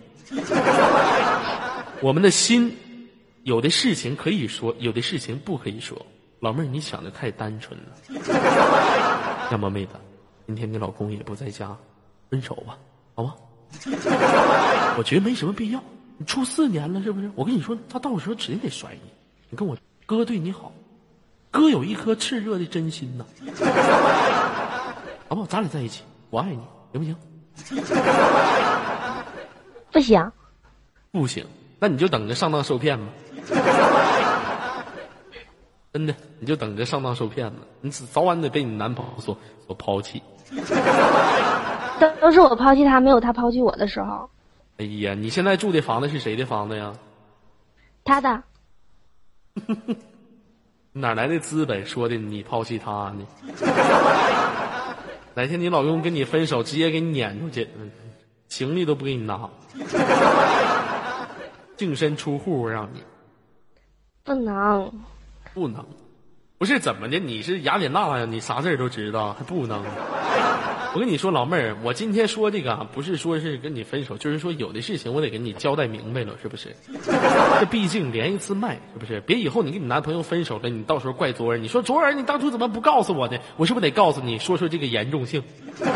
我们的心有的事情可以说，有的事情不可以说。 老妹儿，你想的太单纯了。要么妹子，今天你老公也不在家，分手吧，好吗？我觉得没什么必要。你处四年了，是不是？我跟你说，他到时候指定得甩你。你跟我哥对你好，哥有一颗炽热的真心呐，好不好？咱俩在一起，我爱你，行不行？ 不行， 不行，那你就等着上当受骗吧。真的，你就等着上当受骗吧，你早晚得被你男朋友所所抛弃。 都都是我抛弃他，没有他抛弃我的时候。 哎呀，你现在住的房子是谁的房子呀？ 他的。 哪来的资本说的你抛弃他呢？哪天你老公跟你分手，直接给你撵出去，行李都不给你拿，净身出户让你。 不能。 不能，不是怎么的？你是雅典娜呀？你啥事儿都知道，还不能？我跟你说，老妹儿，我今天说这个啊，不是说是跟你分手，就是说有的事情我得给你交代明白了，是不是？这毕竟连一次麦，是不是？别以后你跟你男朋友分手了，你到时候怪卓儿，你说卓儿，你当初怎么不告诉我呢？我是不是得告诉你，说说这个严重性？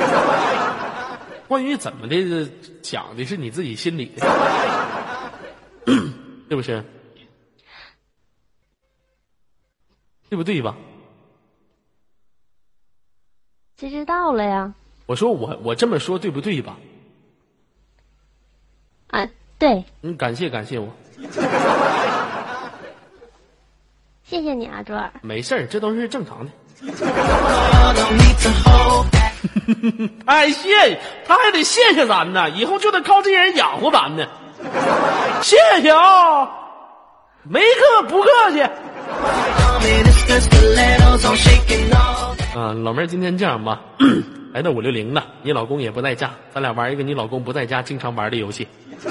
关于怎么的讲的是你自己心里的，是不是？对不对吧？ 谁知道了呀？ 我说我我这么说对不对吧？ 啊，对。 嗯，感谢感谢我。 谢谢你啊，卓儿。 没事儿，这都是正常的。哎，谢他还得谢谢咱呢，以后就得靠这些人养活咱呢。谢谢啊，没客不客气。啊，老妹儿，今天这样吧，来到五六零了，你老公也不在家，咱俩玩一个你老公不在家经常玩的游戏，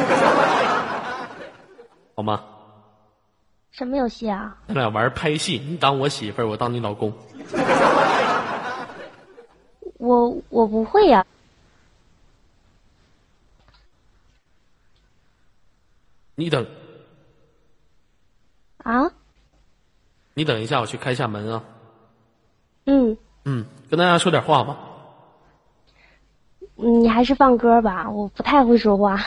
好吗？ 什么游戏啊？ 咱俩玩拍戏，你当我媳妇儿，我当你老公。 我我不会呀、 你等啊。 你等一下，我去开下门啊。 嗯嗯，跟大家说点话吧。 你还是放歌吧，我不太会说话。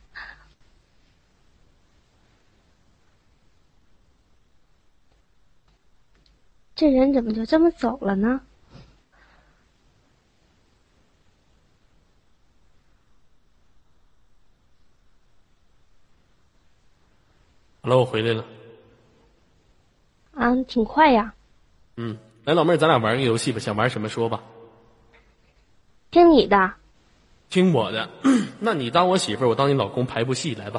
这人怎么就这么走了呢？ Hello， 我回来了。 啊，挺快呀。 嗯，来，老妹儿，咱俩玩个游戏吧，想玩什么说吧。 听你的。 听我的。那你当我媳妇儿，我当你老公，排部戏来吧。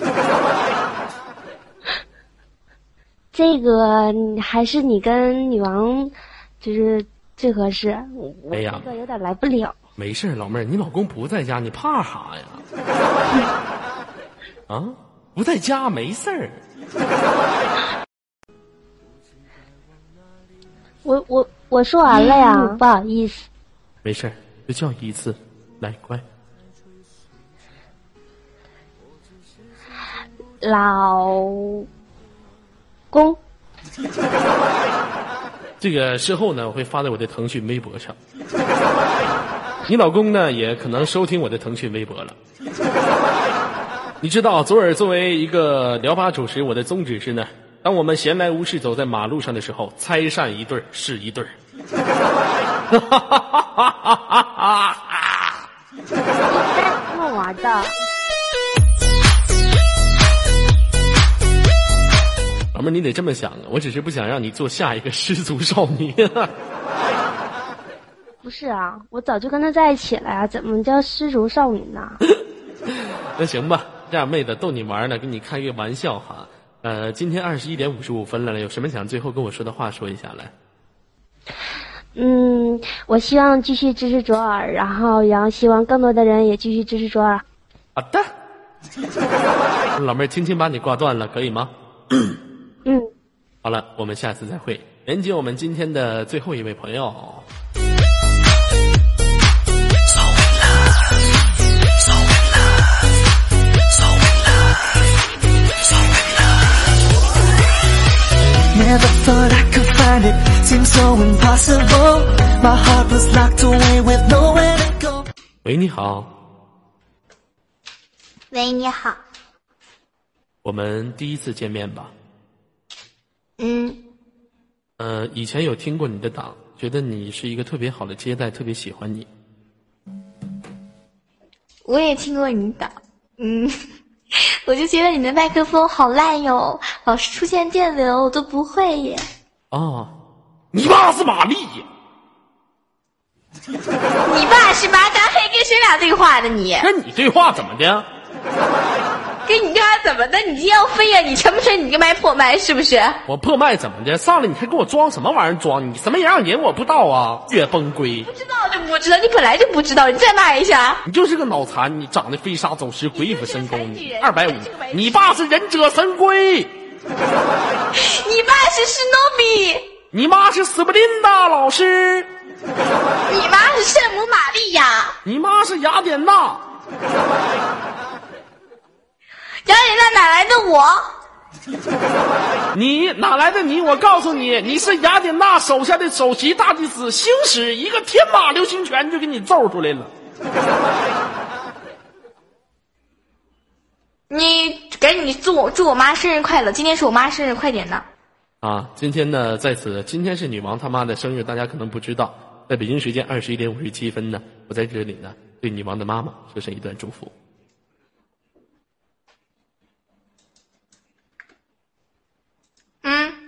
这个还是你跟女王就是最合适。我哎呀， 这个有点来不了。 没事，老妹儿，你老公不在家，你怕啥呀？啊，不在家没事儿。 我我我说完了呀，嗯、不好意思。 没事，就叫一次，来，乖。 老公。 这个事后呢，我会发在我的腾讯微博上。你老公呢，也可能收听我的腾讯微博了。你知道，左耳作为一个疗法主持，我的宗旨是呢，当我们闲来无事走在马路上的时候，拆散一对儿是一对儿。 你在这么玩的？ 老妹儿，你得这么想啊，我只是不想让你做下一个失足少女。 不是啊，我早就跟他在一起了呀，怎么叫失足少女呢？ 那行吧，这样妹子逗你玩呢，跟你开个玩笑哈。呃，今天二十一点五十五分了，有什么想最后跟我说的话说一下来。 嗯，我希望继续支持卓尔，然后然后希望更多的人也继续支持卓尔。 好的。老妹儿，轻轻把你挂断了，可以吗？ 嗯。 好了，我们下次再会。连接我们今天的最后一位朋友。 Never thought I could find it. Seems so impossible. My heart was locked away with nowhere to go. 喂，你好。 喂，你好。 我们第一次见面吧？ 嗯。 呃，以前有听过你的档，觉得你是一个特别好的接待，特别喜欢你。 我也听过你档，嗯。我就觉得你的麦克风好烂哟，老是出现电流，我都不会耶。 哦，你爸是玛丽。 你爸是马达黑，跟谁俩对话的你？ 跟你对话怎么的？ 跟你对话怎么的？你今天要飞呀？你承不承认你个麦破麦是不是？ 我破麦怎么的？上来你还给我装什么玩意儿装？你什么样人我不知道啊？月崩龟。 不知道就不知道，你本来就不知道，你再骂一下。 你就是个脑残，你长得飞沙走石，鬼斧神工，二百五。你爸是忍者神龟。 你爸是史努比。 你妈是斯普林达老师。 你妈是圣母玛利亚。 你妈是雅典娜。 雅典娜哪来的我？ 你哪来的你？我告诉你，你是雅典娜手下的首席大祭司，行使一个天马流星拳就给你揍出来了。 你赶紧祝我祝我妈生日快乐！今天是我妈生日，快点的。 啊，今天呢，在此，今天是女王他妈的生日，大家可能不知道，在北京时间二十一点五十七分呢，我在这里呢，对女王的妈妈说声一段祝福。 嗯。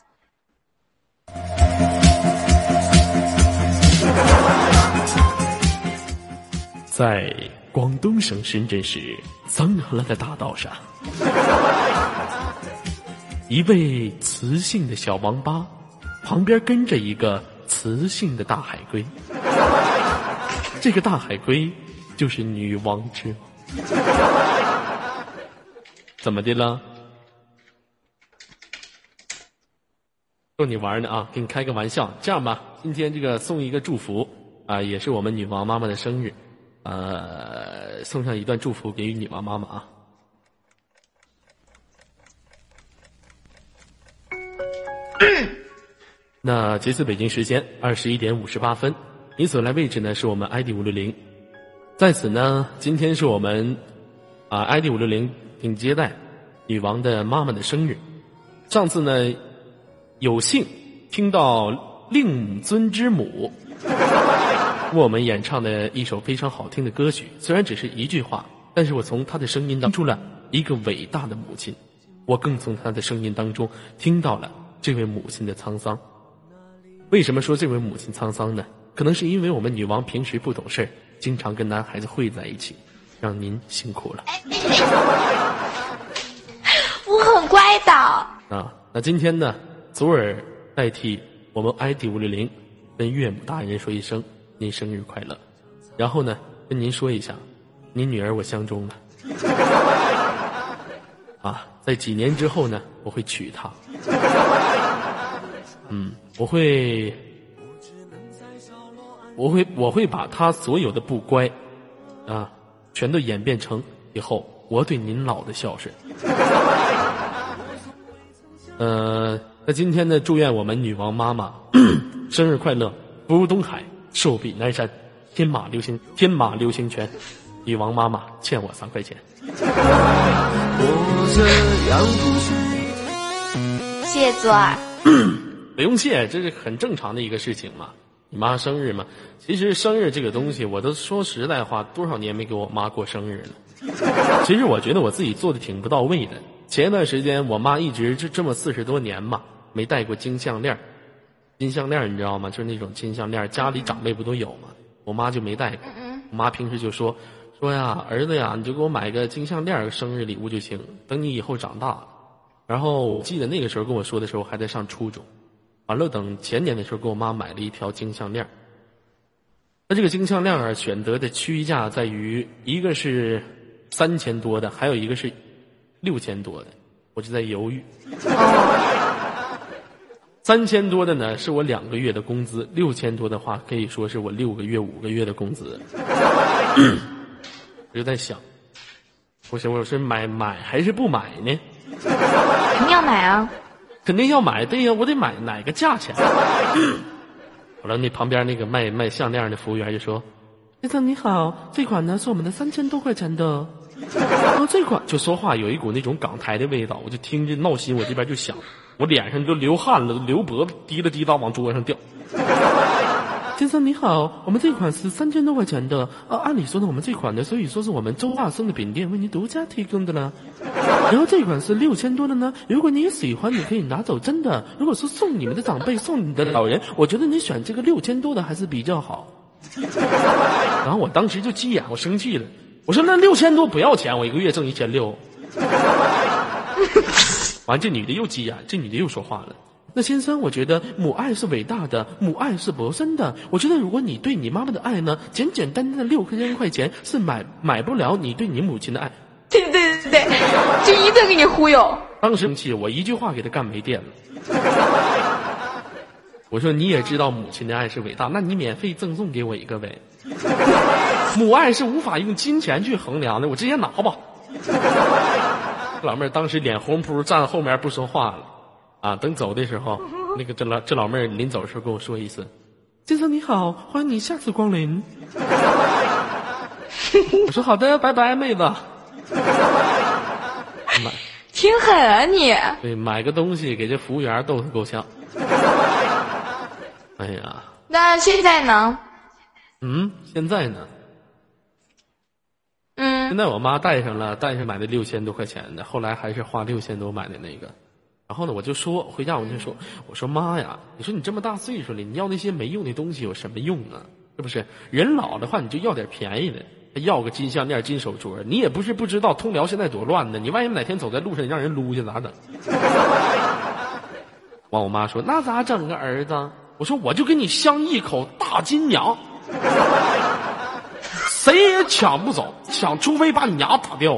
在广东省深圳市桑河兰的大道上，一位雌性的小王八，旁边跟着一个雌性的大海龟。这个大海龟就是女王之王。怎么的了？逗你玩呢啊，给你开个玩笑。这样吧，今天这个送一个祝福啊，也是我们女王妈妈的生日，呃，送上一段祝福给予女王妈妈啊。那截至北京时间二十一点五十八分，你所在位置呢是我们 I D 五六零，在此呢，今天是我们啊 I D 五六零顶接待女王的妈妈的生日。上次呢，有幸听到令母尊之母为我们演唱的一首非常好听的歌曲，虽然只是一句话，但是我从她的声音当中听出了一个伟大的母亲，我更从她的声音当中听到了这位母亲的沧桑。为什么说这位母亲沧桑呢？可能是因为我们女王平时不懂事，经常跟男孩子会在一起，让您辛苦了。 我很乖的啊。那今天呢，左耳代替我们 I D 五六零跟岳母大人说一声您生日快乐，然后呢跟您说一下，您女儿我相中了啊，在几年之后呢我会娶她。嗯，我会我会我会把她所有的不乖啊全都演变成以后我对您老的孝顺。呃，那今天呢，祝愿我们女王妈妈生日快乐，福如东海，寿比南山，天马流星天马流星拳。女王妈妈欠我三块钱。 谢谢左耳。 不用谢，这是很正常的一个事情嘛。你妈生日嘛，其实生日这个东西，我都说实在话，多少年没给我妈过生日了。其实我觉得我自己做的挺不到位的。前一段时间我妈一直就这么四十多年嘛，没戴过金项链。金项链你知道吗？就是那种金项链，家里长辈不都有吗？我妈就没戴过。我妈平时就说说呀，儿子呀，你就给我买个金项链生日礼物就行，等你以后长大了。然后我记得那个时候跟我说的时候还在上初中，完了等前年的时候给我妈买了一条金项链。那这个金项链啊，选择的区价在于一个是三千多的，还有一个是六千多的，我就在犹豫。三千多的呢是我两个月的工资，六千多的话可以说是我六个月五个月的工资。我就在想，我想我是买买还是不买呢？ 肯定要买啊！ 肯定要买，对呀，我得买哪个价钱？好了，那旁边那个卖卖项链的服务员就说：“先生你好，这款呢是我们的三千多块钱的。哦，这款就说话有一股那种港台的味道，我就听着闹心，我这边就想，我脸上就流汗了，流脖子滴了滴答往桌上掉。先生你好，我们这款是三千多块钱的啊，按理说呢，我们这款呢，所以说是我们周大生的饼店为您独家提供的了。然后这款是六千多的呢，如果你也喜欢，你可以拿走，真的。如果说送你们的长辈，送你的老人，我觉得你选这个六千多的还是比较好。然后我当时就急眼，我生气了，我说那六千多不要钱，我一个月挣一千六。完，这女的又急眼，这女的又说话了。那先生，我觉得母爱是伟大的，母爱是薄深的。我觉得如果你对你妈妈的爱呢，简简单单的六千块钱是买买不了你对你母亲的爱。 对对对对，就一顿给你忽悠。 当时生气，我一句话给他干没电了。我说你也知道母亲的爱是伟大，那你免费赠送给我一个呗。母爱是无法用金钱去衡量的，我直接拿吧。老妹儿当时脸红扑，站后面不说话了。啊，等走的时候，那个这老这老妹儿临走的时候跟我说一声：“先生你好，欢迎你下次光临。”我说好的，拜拜，妹子。买挺狠啊你！ 对，买个东西给这服务员逗他够呛。哎呀， 那现在呢？ 嗯，现在呢？ 嗯， 现在我妈带上了，带上买的六千多块钱的，后来还是花六千多买的那个。然后呢，我就说回家我就说，我说妈呀，你说你这么大岁数了，你要那些没用的东西有什么用啊？是不是？人老的话，你就要点便宜的，要个金项链、金手镯，你也不是不知道通辽现在多乱呢，你万一哪天走在路上，你让人撸去咋整？完，我妈说那咋整啊，儿子？我说我就给你镶一口大金牙，谁也抢不走，抢除非把你牙打掉了。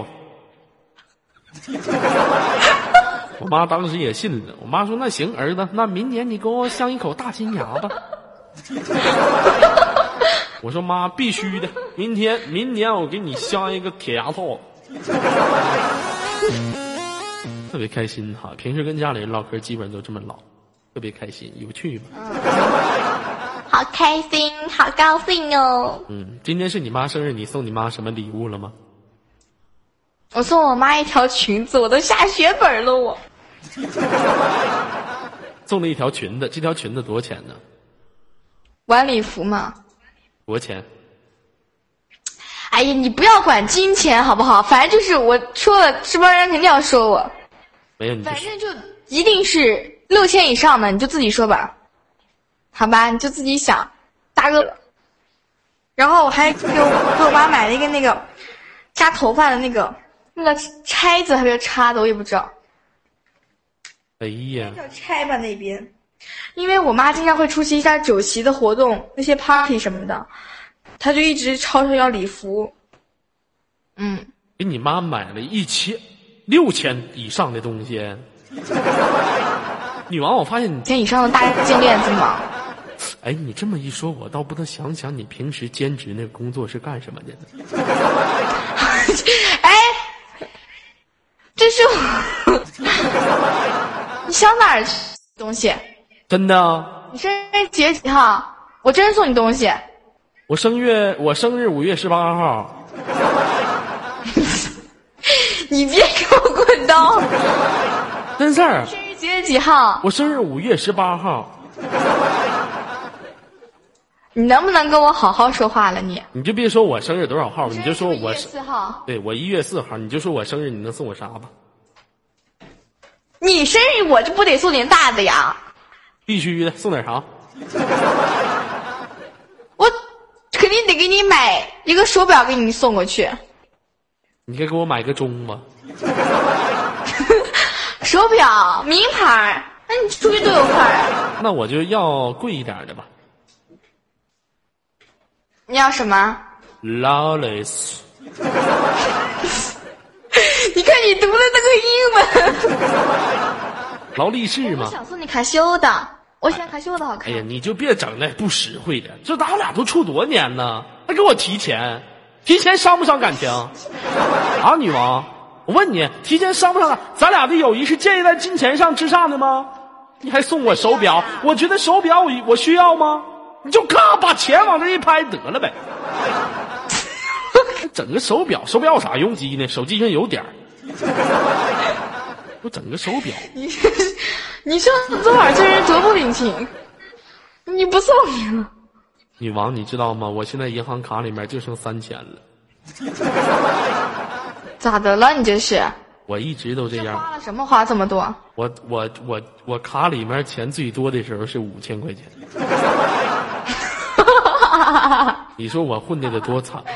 我妈当时也信了，我妈说那行儿子，那明年你给我镶一口大金牙吧。我说妈必须的，明天明年我给你镶一个铁牙套。特别开心哈，平时跟家里人唠嗑基本上都这么唠，特别开心，有趣吧？ 好开心，好高兴哦。 嗯，今天是你妈生日，你送你妈什么礼物了吗？ 我送我妈一条裙子，我都下血本了我。 送了一条裙子，这条裙子多少钱呢？ 晚礼服嘛。 多少钱？ 哎呀，你不要管金钱好不好？反正就是我说了，直播人肯定要说我。 没有，你反正就一定是六千以上的，你就自己说吧。好吧，你就自己想，大哥。然后我还给我给我妈买了一个那个扎头发的那个那个钗子，还是插的，我也不知道。 哎呀， 叫钗吧那边，因为我妈经常会出席一下酒席的活动，那些 party 什么的，她就一直吵着要礼服。嗯， 给你妈买了一千六千以上的东西。女王，我发现你千以上的大金链子嘛。 哎，你这么一说，我倒不能想想你平时兼职那个工作是干什么的呢？ 哎，这是我，你想哪儿去东西？ 真的啊？ 你生日几月几号？我真送你东西。 我生月，我生日五月十八号。 你别给我滚刀！ 真事儿。 生日几月几号？ 我生日五月十八号。 你能不能跟我好好说话了你？ 你就别说我生日多少号，你就说我四号。 对，我一月四号，你就说我生日，你能送我啥吧？ 你生日我就不得送点大的呀？ 必须的，送点啥？ 我肯定得给你买一个手表，给你送过去。 你该给我买个钟吧？ 手表名牌，那你出去多有范儿。 那我就要贵一点的吧。 你要什么 ？Lawless。 你看你读的那个英文。 劳力士吗？ 我想送你卡西欧的，我喜欢卡西欧的好看。 哎呀，你就别整那不实惠的，这咱俩都处多少年呢？还给我提钱，提钱伤不伤感情？啊，女王，我问你，提前伤不伤？咱俩的友谊是建立在金钱上之上的吗？ 你还送我手表，我觉得手表我我需要吗？你就咔把钱往这一拍得了呗。整个手表，手表有啥用机呢？手机上有点儿。我整个手表， 你你说昨晚这人多不领情，你不送你了。 女王，你知道吗？我现在银行卡里面就剩三千了。 咋的了？你这是？我一直都这样。 花了什么花这么多？ 我我我我卡里面钱最多的时候是五千块钱。你说我混的得多惨？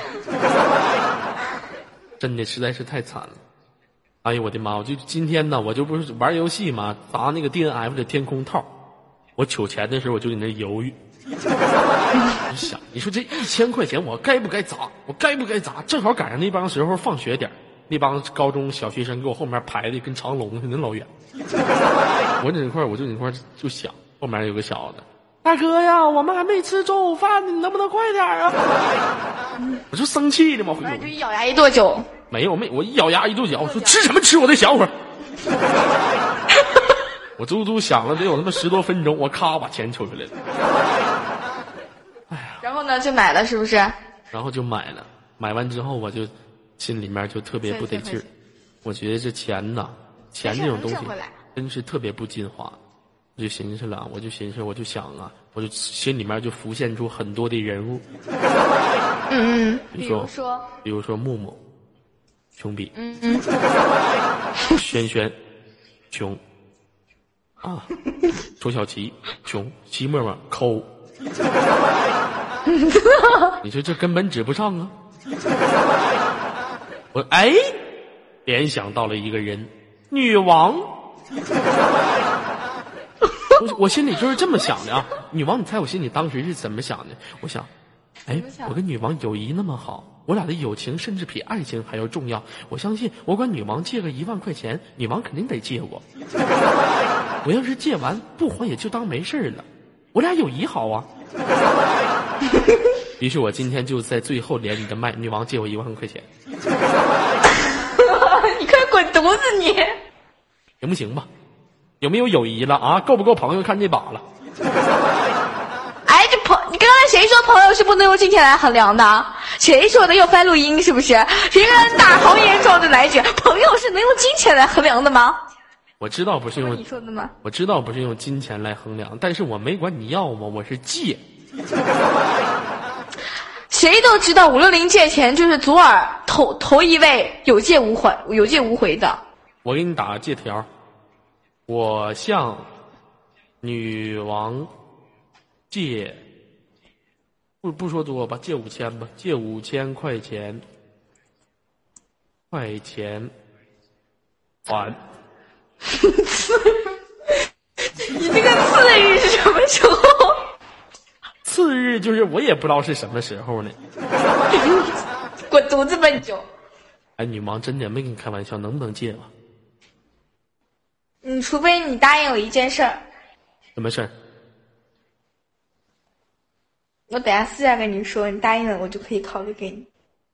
真的实在是太惨了。哎呦我的妈！我就今天呢，我就不是玩游戏嘛，砸那个 D N F 的天空套。我取钱的时候我就在那犹豫。你想，你说这一千块钱我该不该砸？我该不该砸？正好赶上那帮时候放学点，那帮高中小学生给我后面排的跟长龙似的老远。我在那块我就在那块就想，后面有个小子，大哥呀，我们还没吃中午饭呢，你能不能快点啊？我就生气的嘛， 我就一咬牙一跺脚。 没有没，我一咬牙一跺脚，我说吃什么吃？我再想会儿。我足足想了得有他妈十多分钟，我咔把钱抽出来了。哎呀， 然后呢就买了是不是？ 然后就买了，买完之后我就心里面就特别不得劲儿。我觉得这钱呐，钱这种东西真是特别不禁花。我就寻思了，我就寻思，我就想啊，我就心里面就浮现出很多的人物。 嗯嗯， 比如说， 比如说木木，穷比。 嗯嗯。 轩轩，穷。啊，周小琪穷，齐默默抠。你说这根本指不上啊！我哎，联想到了一个人，女王。我我心里就是这么想的啊，女王，你猜我心里当时是怎么想的？我想，哎，我跟女王友谊那么好，我俩的友情甚至比爱情还要重要。我相信，我管女王借个一万块钱，女王肯定得借我。我要是借完不还，也就当没事了。我俩友谊好啊。于是我今天就在最后连你的麦，女王借我一万块钱。 你快滚犊子你！ 行不行吧？有没有友谊了啊？够不够朋友看这把了？ 哎，这朋，你刚才谁说朋友是不能用金钱来衡量的？谁说的？又翻录音是不是？谁让大豪言壮的来一句，朋友是能用金钱来衡量的吗？ 我知道不是用你说的吗？ 我知道不是用金钱来衡量，但是我没管你要吗？我是借。 谁都知道五六零借钱就是左耳头头一位有借无还，有借无回的。 我给你打个借条，我向女王借，不不说多吧，借五千吧，借五千块钱，块钱还。 你这个次日是什么时候？ 次日就是我也不知道是什么时候呢。 滚犊子吧你就！ 哎，女王真的没跟你开玩笑，能不能借我？ 你除非你答应我一件事儿。 什么事儿？ 我等下私下跟你说，你答应了我就可以考虑给你。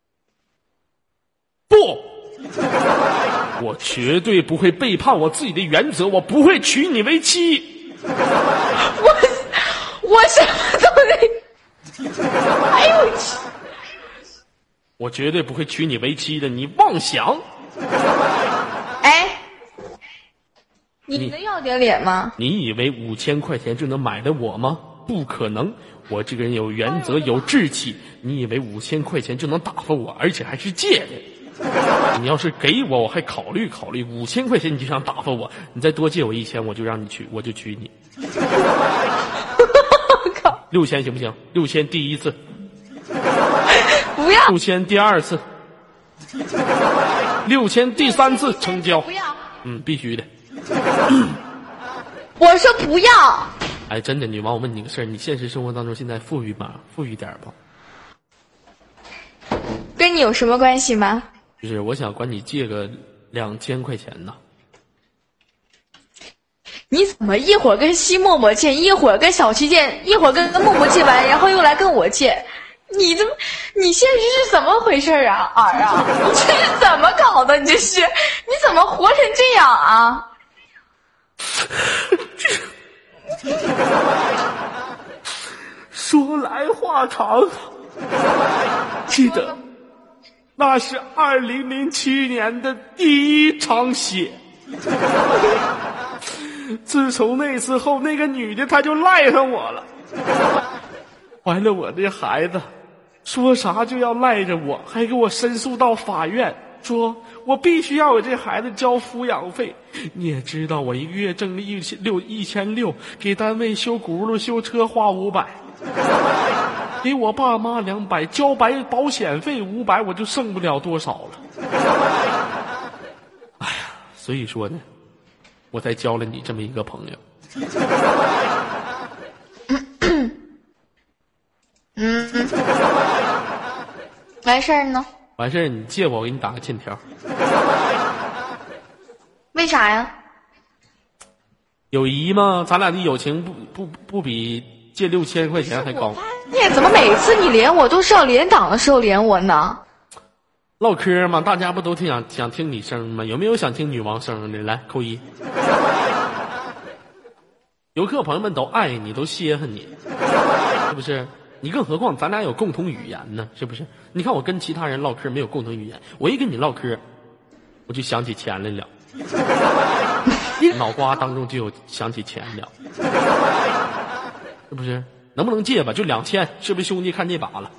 不。我绝对不会背叛我自己的原则，我不会娶你为妻。 我我什么都得，哎呦我去！ 我绝对不会娶你为妻的，你妄想！ 哎，你能要点脸吗？ 你以为五千块钱就能买了我吗？不可能！我这个人有原则，有志气。你以为五千块钱就能打发我，而且还是借的？你要是给我，我还考虑考虑。五千块钱你就想打发我，你再多借我一千，我就让你娶，我就娶你。六千行不行？六千第一次， 不要。 六千第二次，六千第三次成交。 不要。 嗯，必须的。 我说不要。 哎，真的，女王，我问你个事儿，你现实生活当中现在富裕吗？富裕点不？ 跟你有什么关系吗？ 就是我想管你借个两千块钱呢。 你怎么一会儿跟西默默借，一会儿跟小七借，一会儿跟默默借完，然后又来跟我借？你怎么，你现实是怎么回事啊，儿啊？你这是怎么搞的？你这是，你怎么活成这样啊？ 说来话长，记得那是二零零七年的第一场血。自从那次后，那个女的她就赖上我了，怀了我的孩子，说啥就要赖着我，还给我申诉到法院，说我必须要给这孩子交抚养费。你也知道，我一个月挣一千六，一千六，给单位修轱辘、修车花五百，给我爸妈两百，交白保险费五百，我就剩不了多少了。哎呀，所以说呢，我才交了你这么一个朋友。 嗯，完事儿呢？ 完事儿你借我，我给你打个欠条。 为啥呀？ 友谊吗？咱俩的友情不不不比借六千块钱还高。 你怎么每次你连我都是要连档的时候连我呢？ 唠嗑嘛，大家不都挺想想听你声吗？有没有想听女王声的？来扣一。游客朋友们都爱你，都稀罕你，是不是？你更何况咱俩有共同语言呢，是不是？你看我跟其他人唠嗑没有共同语言，我一跟你唠嗑，我就想起钱来了，脑瓜当中就有想起钱了，是不是？能不能借吧？就两千，是不是兄弟？看这把了。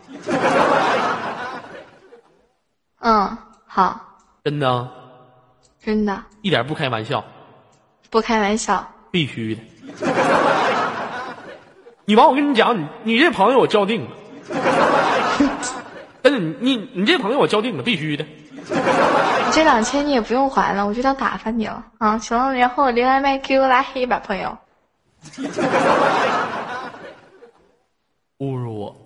嗯，好。 真的啊？ 真的， 一点不开玩笑。 不开玩笑。 必须的。女王，我跟你讲，你你这朋友我交定了。真的，你你你这朋友我交定了，必须的。 你这两千你也不用还了，我就当打发你了啊！行了，然后连外卖 Q Q 拉黑吧，朋友。 侮辱我，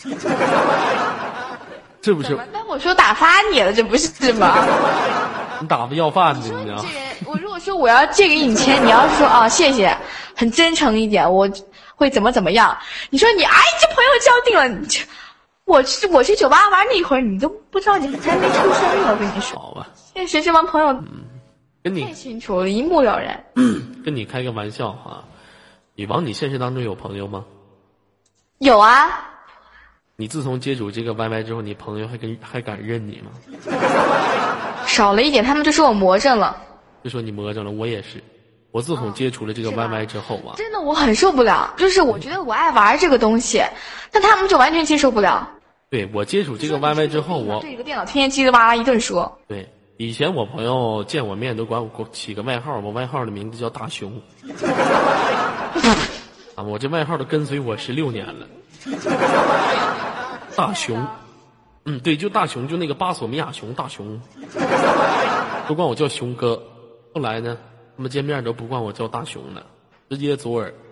是不是？ 但我说打发你了，这不是吗？ 你打发要饭的，你知道？ 我如果说我要借给你钱，你要是说啊谢谢，很真诚一点，我会怎么怎么样？你说你哎，这朋友交定了，你这我去我去酒吧玩那会儿，你都不知道你还没出生呢。我跟你说， 好吧， 现实这帮朋友， 嗯，跟你太清楚了，一目了然。 跟你开个玩笑哈，女王，你现实当中有朋友吗？ 有啊。 你自从接触这个 Y Y 之后，你朋友还跟还敢认你吗？ 少了一点，他们就说我魔怔了。 就说你魔怔了，我也是。我自从接触了这个 Y Y 之后啊， 真的我很受不了。就是我觉得我爱玩这个东西，但他们就完全接受不了。 对，我接触这个 Y Y 之后，我对着个电脑天天叽里哇啦一顿说。 对，以前我朋友见我面都管我起个外号，我外号的名字叫大熊。啊，我这外号都跟随我十六年了。大熊，嗯，对，就大熊，就那个巴索米亚熊，大熊，都管我叫熊哥。后来呢，他们见面都不管我叫大熊了，直接左耳，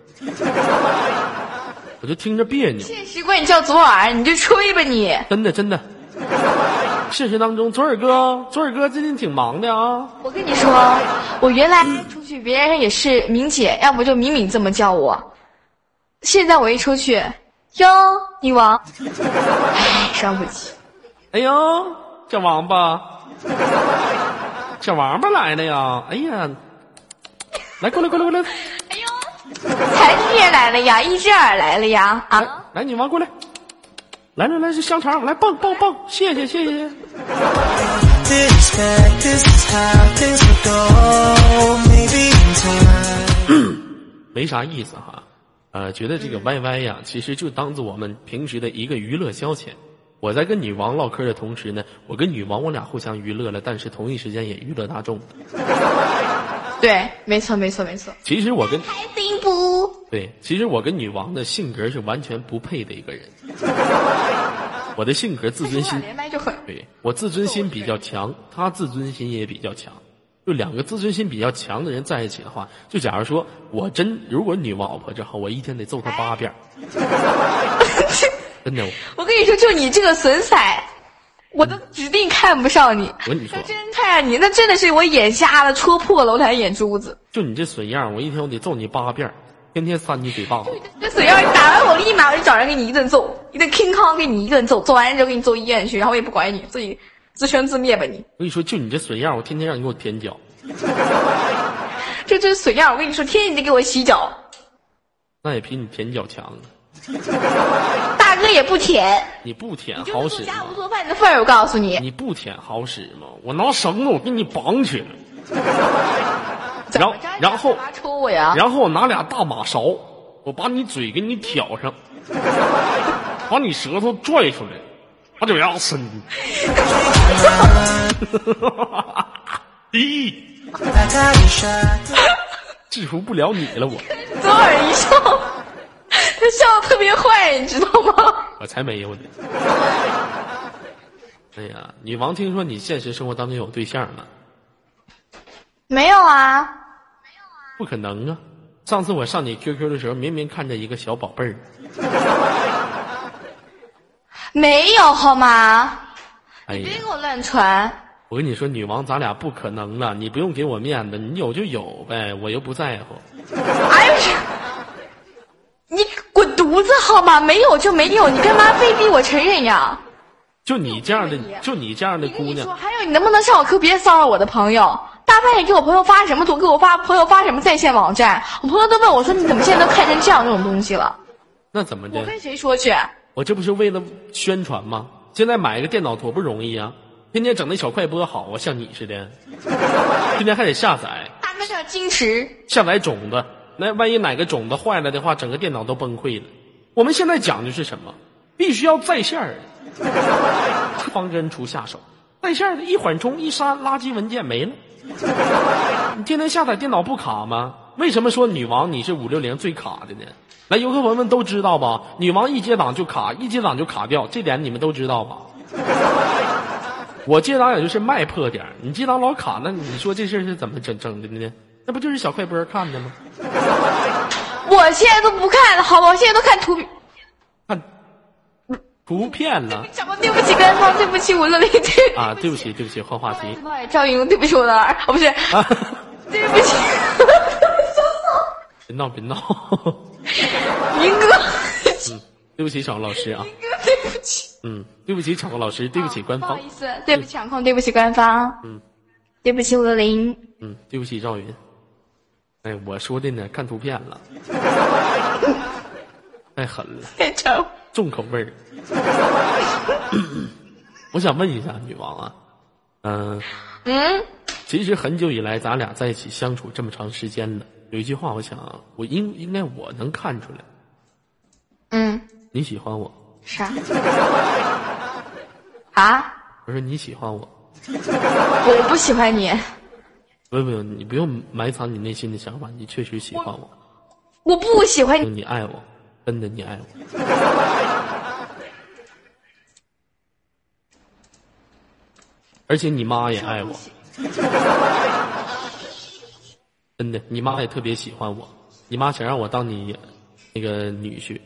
我就听着别扭。 现实管你叫左耳，你就吹吧你。 真的真的，现实当中，左耳哥，左耳哥最近挺忙的啊。 我跟你说，我原来出去，别人也是明姐，要不就敏敏这么叫我。现在我一出去，哟，女王，哎，伤不起。 哎呦，小王八，小王八来了呀！哎呀，来过来过来过来！ 哎呦，才你也来了呀，一只耳来了呀！啊， 来，来女王过来，来来来，是香肠，来棒棒棒，谢谢谢谢。没啥意思哈。呃，觉得这个 Y Y 呀，其实就当做我们平时的一个娱乐消遣。我在跟女王唠嗑的同时呢，我跟女王我俩互相娱乐了，但是同一时间也娱乐大众。 对，没错没错没错。 其实我跟开心不？ 对，其实我跟女王的性格是完全不配的一个人。我的性格自尊心， 连麦就很对，我自尊心比较强，她自尊心也比较强。就两个自尊心比较强的人在一起的话，就假如说我真如果女王老婆这好，我一天得揍她八遍。真的， 我跟你说，就你这个损色，我都指定看不上你。 我跟你说， 真看上你，那真的是我眼瞎了，戳破了我俩眼珠子。 就你这损样，我一天我得揍你八遍，天天扇你嘴巴子。 这损样打完我立马我就找人给你一顿揍，一顿 king kong 给你一顿揍，揍完之后给你揍医院去，然后我也不管你，自己自生自灭吧你。 我跟你说，就你这损样，我天天让你给我舔脚。 这这损样，我跟你说，天天你得给我洗脚。 那也比你舔脚强。 大哥也不舔， 你不舔你就是做家好使吗？ 务做饭的份儿，我告诉你。 你不舔好使吗？我拿绳子我给你绑起来，然后然后干嘛抽我呀？ 然后我拿俩大马勺，我把你嘴给你挑上，把你舌头拽出来，把脚丫伸。咦，制服不了你了我。 左耳一笑，他笑得特别坏，你知道吗？ 我才没有呢。哎呀，女王，听说你现实生活当中有对象了？ 没有啊， 不可能啊！上次我上你 Q Q 的时候，明明看着一个小宝贝儿。 没有好吗？ 哎呀， 别给我乱传。 我跟你说，女王，咱俩不可能了，你不用给我面子，你有就有呗，我又不在乎。 哎呦，你滚犊子好吗？没有就没有，你干嘛非逼我承认呀？ 就你这样的，就你这样的姑娘， 还有你能不能上我 Q 别骚扰我的朋友？大半夜给我朋友发什么图，给我发朋友发什么在线网站，我朋友都问我说你怎么现在都看成这样这种东西了？ 那怎么的？ 我跟谁说去？ 我这不是为了宣传吗？现在买一个电脑多不容易啊！天天整那小快播好啊，像你似的，天天还得下载， 他们叫矜持， 下载种子，那万一哪个种子坏了的话，整个电脑都崩溃了。我们现在讲的是什么？必须要在线儿的，方根除下手，在线儿的一缓冲一删，垃圾文件没了。你天天下载电脑不卡吗？为什么说女王你是五六零最卡的呢？来，游客朋友们都知道吧？女王一接档就卡，一接档就卡掉，这点你们都知道吧？我接档也就是卖破点，你接档老卡，那你说这事是怎么整整的呢？那不就是小快播看的吗？ 我现在都不看了，好吧？我现在都看图片。 看图片了。 讲过对不起官方，对不起五六零， 啊，对不起，对不起，换话题。 赵云，对不起我的儿，哦不是，啊、对不起。 别闹，别闹。 明哥。 嗯，对不起，小老师啊。 明哥，对不起。 嗯，对不起，场控老师，对不起，官方。 不好意思，对不起，场控，对不起，官方。 嗯， 对不起，五六零。 嗯，对不起，赵云。哎，我说的呢，看图片了。太狠了， 太丑， 重口味儿。我想问一下女王啊，嗯、呃、 嗯， 其实很久以来咱俩在一起相处这么长时间了，有一句话我想我应应该我能看出来， 嗯， 你喜欢我。 啥？啊？ 我说你喜欢我。 我不喜欢你。 不不，你不用埋藏你内心的想法，你确实喜欢我。 我不喜欢你。 你爱我，真的你爱我。而且你妈也爱我。真的，你妈也特别喜欢我。你妈想让我当你那个女婿。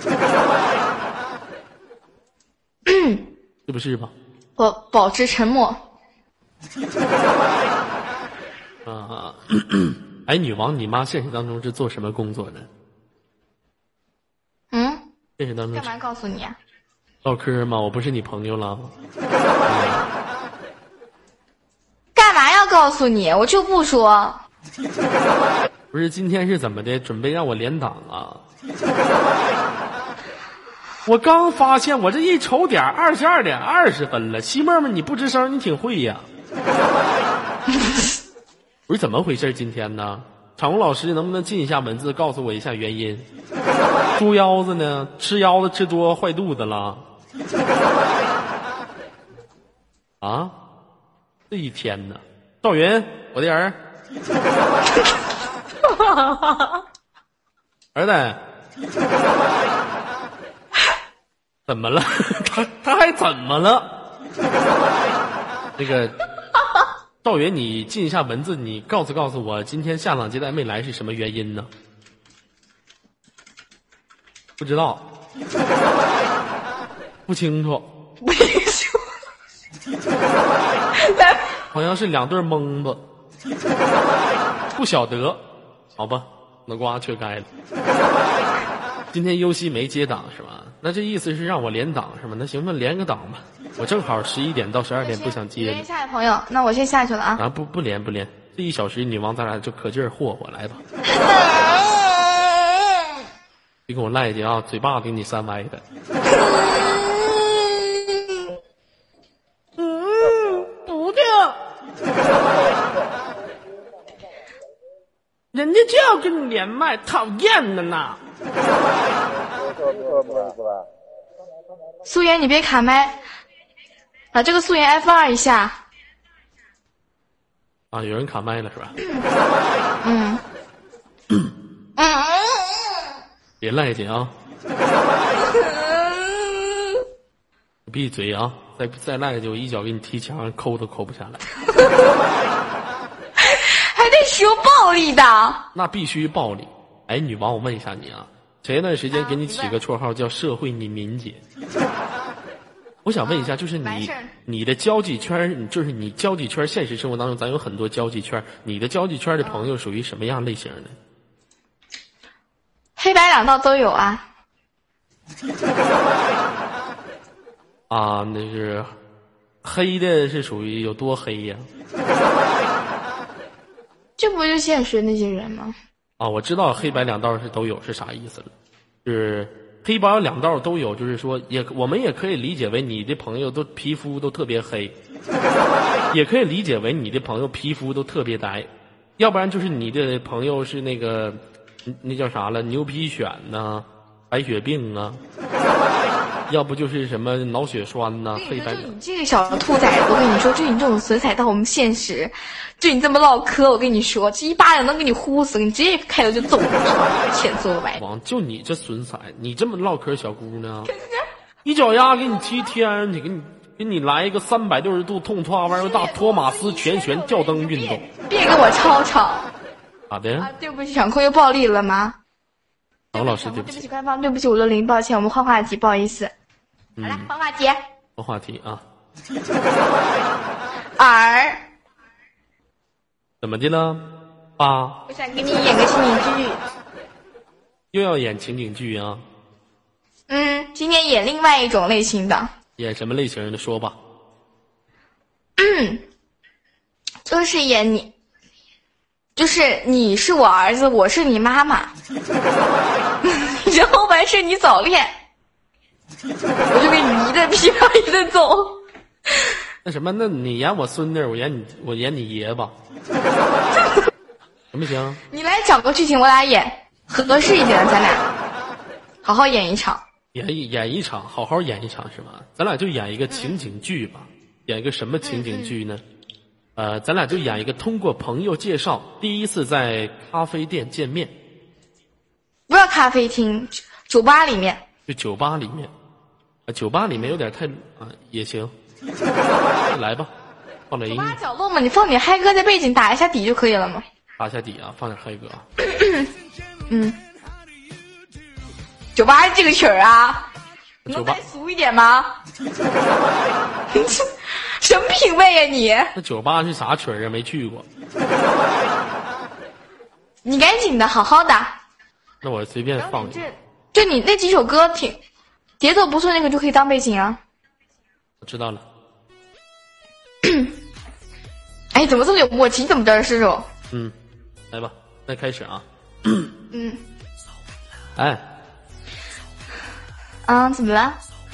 是不是吧？ 我保持沉默。 啊，哎，女王，你妈现实当中是做什么工作的？ 嗯， 现实当中干嘛告诉你啊？ 唠嗑吗？我不是你朋友了。 干嘛要告诉你？我就不说。 不是，今天是怎么的？准备让我连档啊？我刚发现，我这一瞅点，二十二点二十分了。西妹妹，你不吱声，你挺会呀。不是怎么回事？今天呢？场控老师能不能进一下文字，告诉我一下原因？猪腰子呢？吃腰子吃多坏肚子了？啊！这一天呢？赵云，我的儿，儿子，怎么了？他他还怎么了？那个。赵云，你进一下文字，你告诉告诉我，今天下场接待没来是什么原因呢？不知道，不清楚， 不清楚， 好像是两对蒙子，不晓得，好吧，脑瓜缺钙了。今天优西没接档是吧？那这意思是让我连档是吗？那行吧，连个档吧。我正好十一点到十二点不想接你。 连下一朋友，那我先下去了啊。 啊，不不连不连，这一小时女王咱俩就可劲儿霍霍来吧。 别跟我赖去啊，嘴巴给你扇歪的。嗯，不听。人家就要跟你连麦，讨厌的呢。 素颜，你别卡麦，把这个素颜 F 二一下。 啊，有人卡麦了是吧？ 嗯。 别赖劲啊！闭嘴啊！再再赖就一脚给你踢墙上，抠都抠不下来。 还得说暴力的。 那必须暴力。哎，女王，我问一下你啊，前一段时间给你起个绰号叫社会你民姐。我想问一下，就是你你的交际圈，就是你交际圈，现实生活当中咱有很多交际圈，你的交际圈的朋友属于什么样类型的？ 黑白两道都有啊。 啊，那是黑的是属于有多黑呀？ 这不就现实那些人吗？ 啊，我知道黑白两道是都有是啥意思了，就是黑白两道都有，就是说也我们也可以理解为你的朋友都皮肤都特别黑，也可以理解为你的朋友皮肤都特别白，要不然就是你的朋友是那个那叫啥了，牛皮癣呐、白血病啊，要不就是什么脑血栓呐、黑白。 就你这个小兔崽子，我跟你说，就你这种损彩到我们现实，就你这么唠嗑，我跟你说，这一巴掌能给你呼死，你直接开头就揍你，欠揍白。 王，就你这损色，你这么唠嗑小姑娘，一脚丫给你踢天上去，给你给你来一个三百六十度痛痛玩意大托马斯全旋吊灯运动。 别给我吵吵。 咋的？ 啊，对不起，场控又暴力了吗？ 王老师，对不起，官方，对不起，五六零，抱歉，我们换话题，不好意思。 嗯、 好了，换话题。 换话题啊。 儿。 怎么的了？啊？ 我想给你演个情景剧。 又要演情景剧啊？ 嗯，今天演另外一种类型的。 演什么类型的？说吧。 嗯，就是演你。就是你是我儿子，我是你妈妈，然后完事你早恋，我就给你一顿批判一顿揍。 那什么，那你演我孙子，我演你，我演你爷吧，行不行？ 你来找个剧情，我俩演合适一点的，咱俩好好演一场。 演一演一场，好好演一场是吗？咱俩就演一个情景剧吧，嗯、演一个什么情景剧呢？嗯嗯呃，咱俩就演一个通过朋友介绍，第一次在咖啡店见面。 不要咖啡厅，酒吧里面。 就酒吧里面，啊，酒吧里面有点太啊，也行。来吧，放点音乐。 酒吧角落嘛，你放点嗨歌在背景打一下底就可以了嘛。 打一下底啊，放点嗨歌啊。 嗯。酒吧这个曲儿啊， 能再俗一点吗？什么品味呀你？ 那酒吧是啥曲儿啊？没去过。 你赶紧的，好好的。 那我随便放一个。 就你那几首歌挺节奏不错，那个就可以当背景啊。 我知道了。 哎，怎么这么有默契？你怎么知道是手？ 嗯，来吧，再开始啊。 嗯。 哎。 啊，怎么了？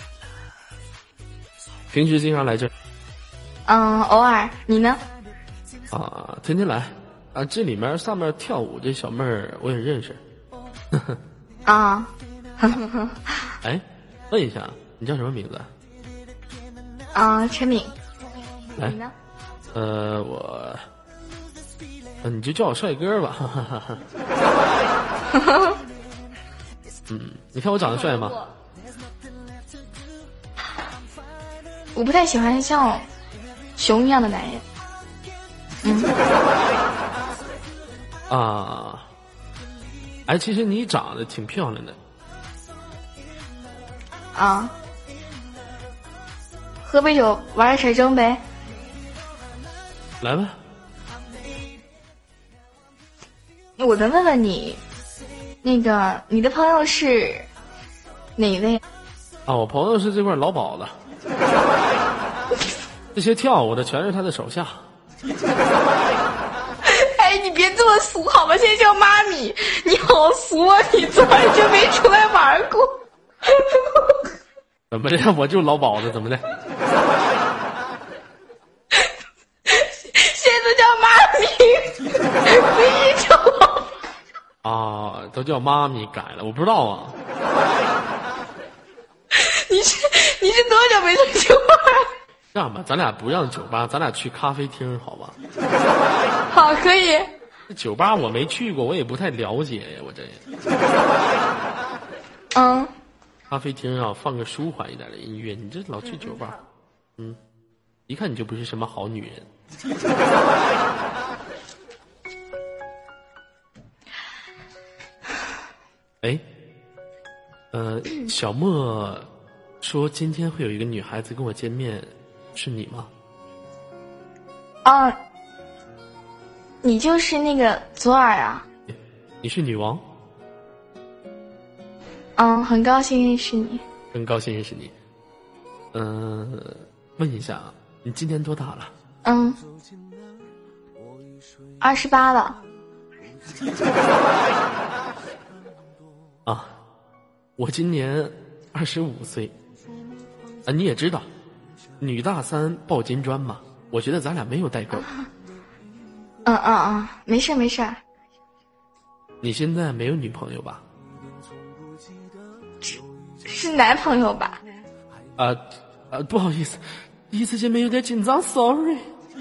平时经常来这儿。 嗯，偶尔。你呢？ 啊，天天来。啊，这里面上面跳舞这小妹儿我也认识。 啊。 哎，问一下，你叫什么名字？ 啊，陈敏。 来。 你呢？ 呃，我，呃，你就叫我帅哥吧。嗯，你看我长得帅吗？ 我不太喜欢像熊一样的男人。嗯。 啊，哎，其实你长得挺漂亮的。 啊。喝杯酒，玩骰盅呗。 来吧。 我能问问你，那个你的朋友是哪一位？ 啊，我朋友是这块老鸨子。这些跳舞的全是他的手下。 哎，你别这么么俗好吗？现在叫妈咪，你好俗啊！你从来就没出来玩过。 怎么的？我就老鸨子，怎么的？ 现在都叫妈咪，不一种。 啊，都叫妈咪改了，我不知道啊。 你是你是多久没去酒吧？ 这样吧，咱俩不让酒吧，咱俩去咖啡厅，好吧？ 好，可以。 酒吧我没去过，我也不太了解呀，我这。 嗯。 咖啡厅啊，放个舒缓一点的音乐。你这老去酒吧，嗯，一看你就不是什么好女人。哎，呃，小莫说今天会有一个女孩子跟我见面，是你吗？ 啊，你就是那个左耳啊？ 你是女王？ 嗯，很高兴认识你。 很高兴认识你。嗯、呃，问一下，你今年多大了？ 嗯，二十八了。 啊，我今年二十五岁。啊，你也知道，女大三抱金砖嘛。我觉得咱俩没有代沟。 嗯嗯嗯，没事没事。 你现在没有女朋友吧？ 是男朋友吧？ 啊啊，不好意思，第一次见面有点紧张 ，sorry。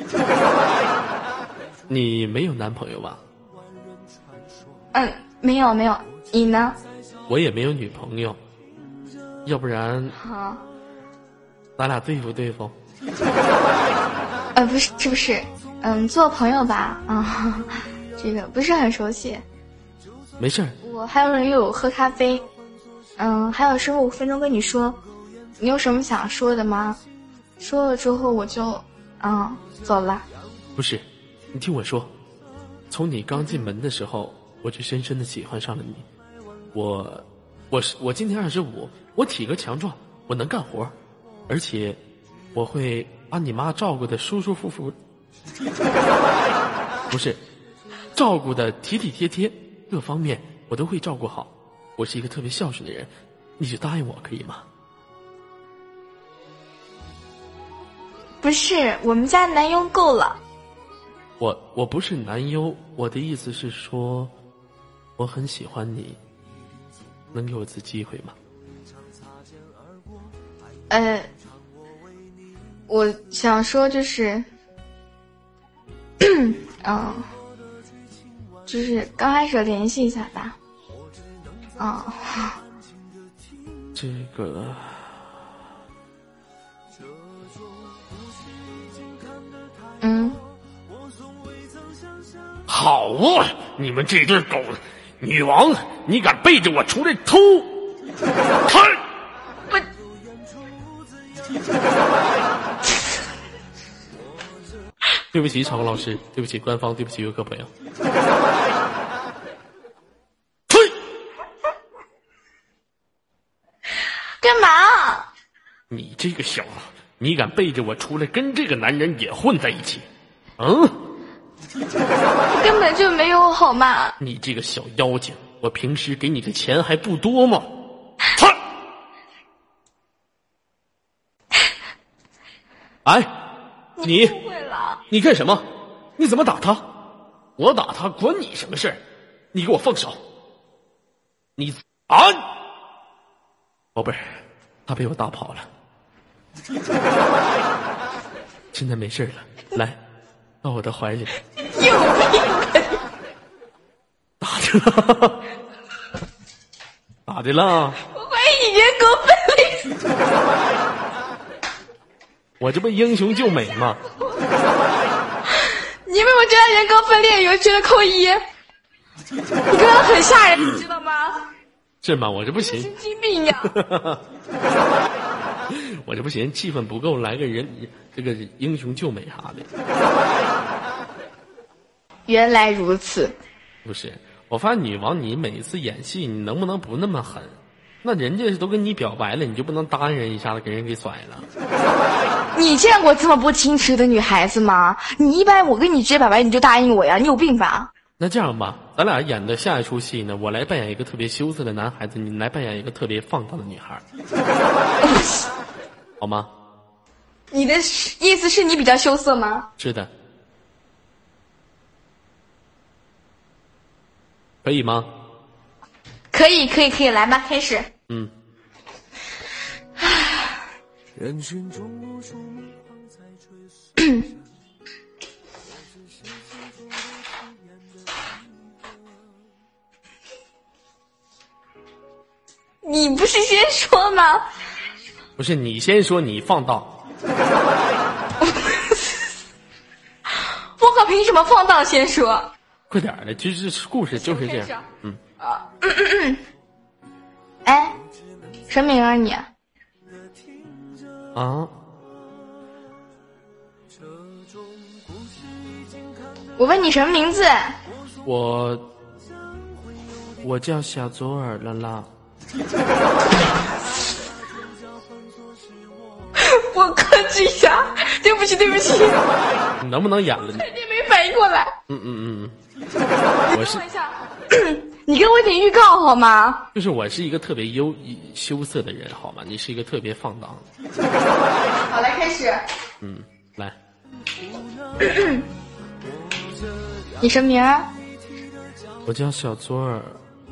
你没有男朋友吧？ 嗯，没有没有。你呢？ 我也没有女朋友，要不然好， 咱俩对付对付。 呃，不是，是不是？嗯，做朋友吧。啊、嗯，这个不是很熟悉。 没事儿。 我还有人约我喝咖啡。嗯，还有十五分钟跟你说，你有什么想说的吗？说了之后我就，嗯，走了。 不是，你听我说，从你刚进门的时候，我就深深的喜欢上了你。我，我是我今年二十五，我体格强壮，我能干活，而且我会把你妈照顾的舒舒服服，不是，照顾的体体贴贴，各方面我都会照顾好。我是一个特别孝顺的人，你就答应我可以吗？ 不是，我们家男优够了。 我我不是男优，我的意思是说，我很喜欢你，能给我次机会吗？ 呃，我想说就是，嗯，就是刚开始联系一下吧。啊、哦， 这个嗯， 好啊！你们这对狗，女王，你敢背着我出来偷？看， 不， 对不起，场控老师，对不起，官方，对不起，游客朋友。 干嘛？ 你这个小子，你敢背着我出来跟这个男人也混在一起？嗯？ 根本就没有好吗？ 你这个小妖精，我平时给你的钱还不多吗？操！哎，你误会了。 你干什么？你怎么打他？我打他关你什么事儿？你给我放手！你啊！宝贝儿，他被我打跑了，现在没事了，来，到我的怀里。 有病！ 咋的了？咋的了？ 我怀疑你人格分裂。 我这不英雄救美吗？ 你为什么觉得人格分裂？有觉得扣一？你刚刚很吓人，你知道吗？ 是吗？我这不行， 神经病呀！ 我这不行，气氛不够，来个人这个英雄救美啥的。 原来如此。 不是，我发现女王，你每次演戏，你能不能不那么狠？那人家都跟你表白了，你就不能答应人一下子给人给甩了？ 你见过这么不矜持的女孩子吗？你一般我跟你直接表白，你就答应我呀？你有病吧？ 那这样吧，咱俩演的下一出戏呢，我来扮演一个特别羞涩的男孩子，你来扮演一个特别放荡的女孩，好吗？ 你的意思是你比较羞涩吗？ 是的。可以吗？ 可以，可以，可以，来吧，开始。 嗯。 人群中无数目光在追随你不是先说吗？ 不是你先说，你放荡。 我可凭什么放荡先说？ 快点的，就是故事就是这样。嗯啊，嗯嗯嗯。哎，什么名啊你？ 啊？ 我问你什么名字？ 我我叫小左耳了啦。 我克制一下，对不起对不起。 你能不能演了？你你没反应过来。 嗯嗯嗯嗯。我是。 你给我一点预告好吗？ 就是我是一个特别忧羞涩的人，好吗？你是一个特别放荡。 好，来开始。 嗯，来。 你什么名儿？ 我叫小左耳。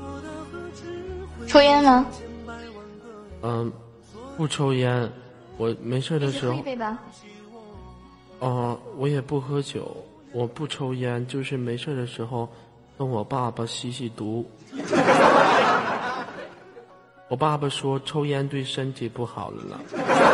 抽烟吗？ 嗯，不抽烟。我没事的时候。 喝一杯吧。 哦、呃，我也不喝酒，我不抽烟，就是没事的时候跟我爸爸吸吸毒。我爸爸说抽烟对身体不好了啦。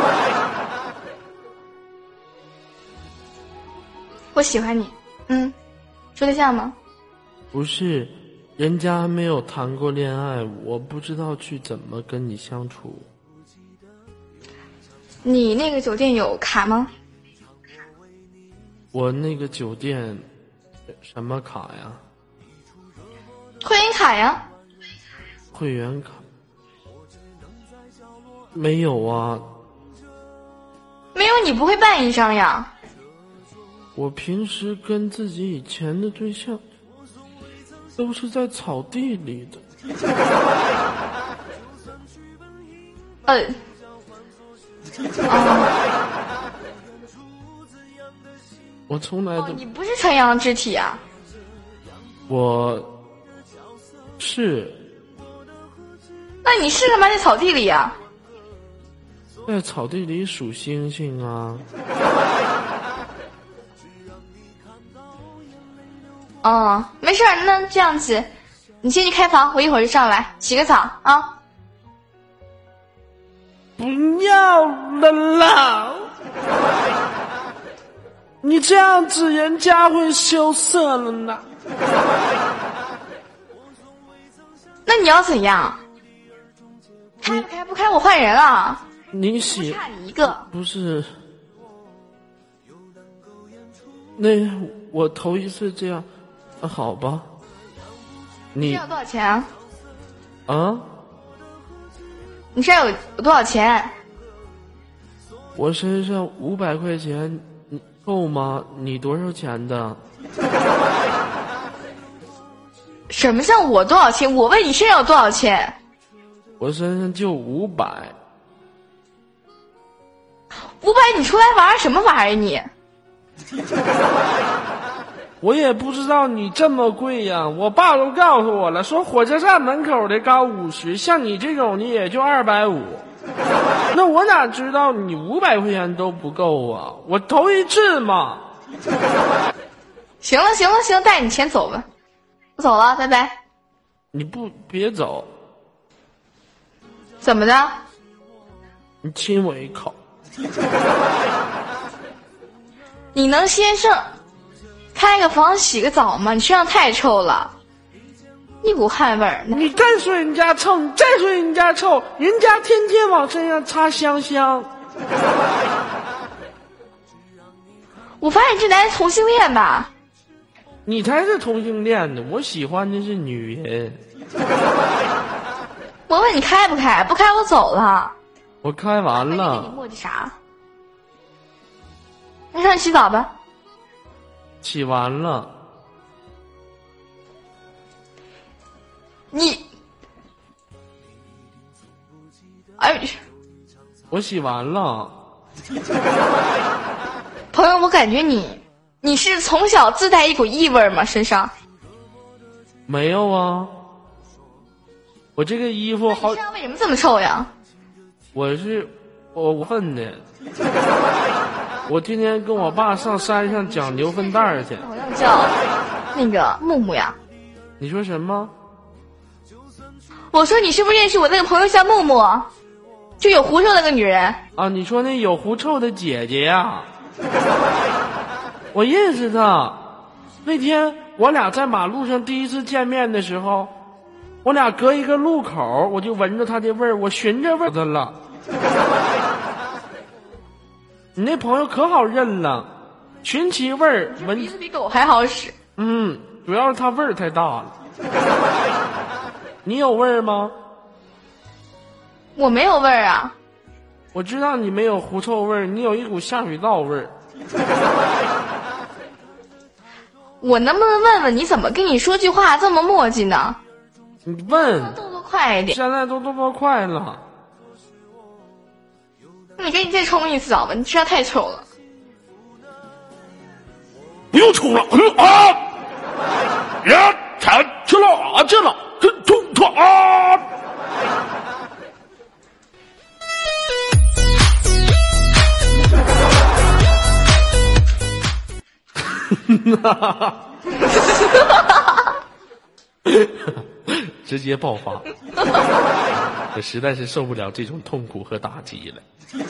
我喜欢你。嗯，处对象吗？ 不是，人家还没有谈过恋爱，我不知道去怎么跟你相处。 你那个酒店有卡吗？ 我那个酒店什么卡呀？ 会员卡呀。 会员卡没有啊。 没有你不会办一张呀。 我平时跟自己以前的对象都是在草地里的。 呃哦， 我从来都、 哦、你不是纯阳肢体啊。 我是。 那你是干嘛在草地里啊？ 在草地里数星星啊。 哦，没事儿，那这样子，你先去开房，我一会儿就上来洗个澡啊。 不要了啦！你这样子人家会羞涩了呢。 那你要怎样？开不开？不开我换人了。 你喜差你一个。 不是？那我头一次这样，啊、好吧。你这要多少钱啊？ 啊？ 你身上有有多少钱？ 我身上五百块钱，你够吗？你多少钱的？ 什么叫我多少钱？我问你身上有多少钱？ 我身上就五百。 五百？你出来玩什么玩意儿你？ 我也不知道你这么贵呀，我爸都告诉我了，说火车站门口的刚五十，像你这种的也就二百五。那我哪知道你五百块钱都不够啊？我头一次嘛。 行了行了行了，带你钱走吧，我走了，拜拜。 你不别走。 怎么的？ 你亲我一口。 你能先上开个房洗个澡吗？你身上太臭了，一股汗味儿。 你再说人家臭，你再说人家臭，人家天天往身上擦香香。 我发现这男人同性恋吧？ 你才是同性恋呢，我喜欢的是女人。 我问你开不开？不开我走了。 我开完了。 你磨叽啥？那上去洗澡吧。 洗完了。 你，哎， 我洗完了。 朋友，我感觉你，你是从小自带一股异味吗？身上？ 没有啊，我这个衣服好。 身上为什么这么臭呀？ 我是我我分的，我天天跟我爸上山上讲牛粪蛋儿去。 好像叫那个木木呀。 你说什么？ 我说你是不是认识我那个朋友叫木木？就有狐臭那个女人啊？你说那有狐臭的姐姐呀？我认识她。那天我俩在马路上第一次见面的时候，我俩隔一个路口，我就闻着她的味儿，我寻着味儿她了。你那朋友可好认了，寻其味儿闻， 鼻子比狗还好使。 嗯，主要是它味儿太大了。你有味儿吗？ 我没有味儿啊。 我知道你没有狐臭味儿，你有一股下水道味儿。 我能不能问问你怎么跟你说句话这么磨叽呢？ 你问， 动作快一点。 现在都动作快了。 你赶紧再冲一次澡吧，你身上太臭了。 不用冲了，啊！呀，踩去了啊，去了，这冲冲啊！直接爆发，我实在是受不了这种痛苦和打击了。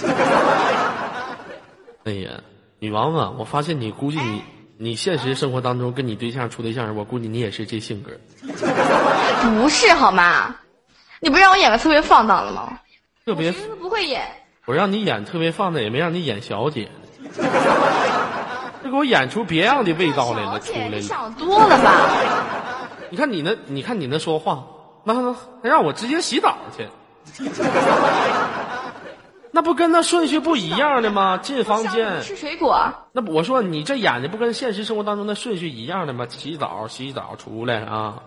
哎呀，女王啊，我发现你估计你你现实生活当中跟你对象处对象，我估计你也是这性格。 不是好吗？你不让我演个特别放荡的吗？ 特别我不会演。 我让你演特别放荡，也没让你演小姐。这给我演出别样的味道来了，出来了。 你想多了吧？ 你看你那，你看你那说话，那那让我直接洗澡去，那不跟那顺序不一样的吗？进房间吃水果。 那我说你这演的不跟现实生活当中的顺序一样的吗？洗澡洗澡出来啊！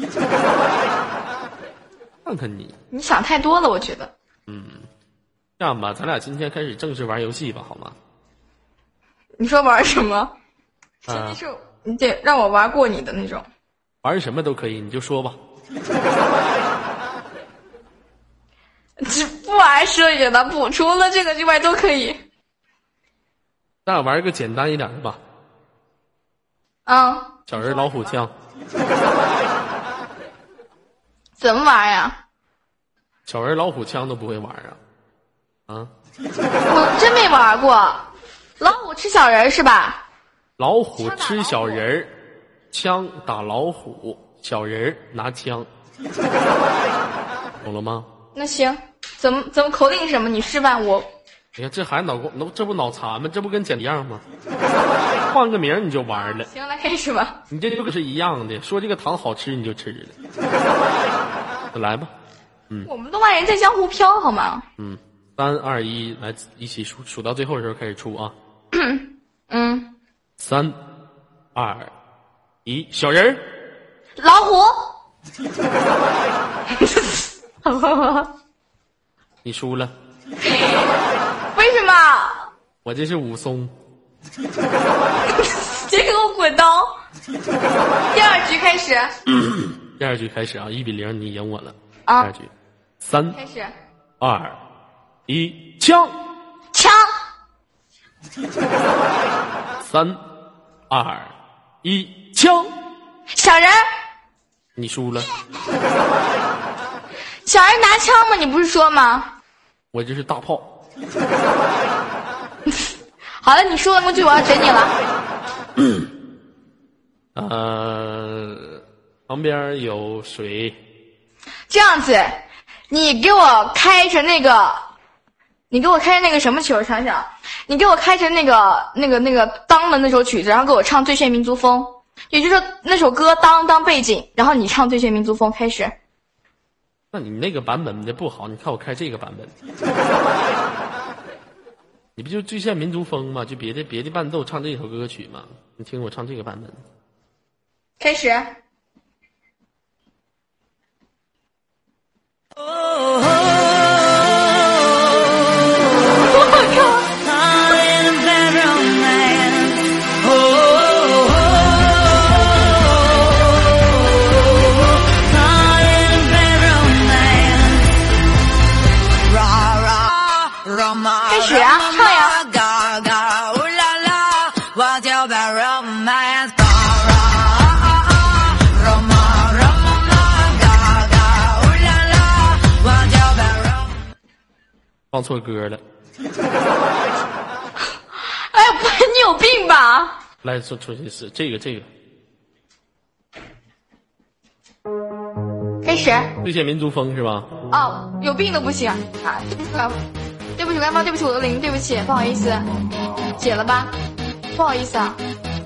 看看你， 你想太多了，我觉得。 嗯，这样吧，咱俩今天开始正式玩游戏吧，好吗？ 你说玩什么？ 啊， 是你得让我玩过你的那种。 玩什么都可以，你就说吧。 只不玩说一个的，不除了这个之外都可以。 咱俩玩一个简单一点的吧。 嗯。 小人老虎枪。 怎么玩呀？ 小人老虎枪都不会玩啊？啊？ 我真没玩过。老虎吃小人是吧？ 老虎吃小人，枪打老虎，小人拿枪，懂了吗？ 那行，怎么怎么口令什么？你示范我。 你看这还脑脑这不脑残吗？这不跟简一样吗？换个名你就玩了。 行，来开始吧。 你这就是一样的，说这个糖好吃你就吃了。来吧，嗯。 我们都万人在江湖飘，好吗？ 嗯，三二一，来一起数，数到最后的时候开始出啊。 嗯。 三二一，小人儿。 老虎。 你输了。 为什么？ 我这是武松。 先给我滚刀。第二局开始。 第二局开始啊，一比零，你赢我了。 啊。 第二局，三开始。 二一，枪。 枪。 三二一，枪。 小人。 你输了。 小人拿枪吗？你不是说吗？ 我这是大炮。 好了，你输了，工具我要整你了。 呃，旁边有水。 这样子，你给我开成那个，你给我开成那个什么曲？我想想，你给我开成那个那个那个当的那首曲子，然后给我唱《最炫民族风》，也就是说那首歌当当背景，然后你唱《最炫民族风》开始。 那你那个版本的不好，你看我开这个版本。你不就最炫民族风吗？就别的别的伴奏唱这首歌曲吗？你听我唱这个版本。 开始。 开始啊，唱呀！ 放错歌了。 哎呀，不是你有病吧？ 来，说重新试这个这个。 开始。 最炫民族风是吧？ 哦，有病都不行啊！对不起官方，对不起我的零，对不起，不好意思，解了吧，不好意思啊。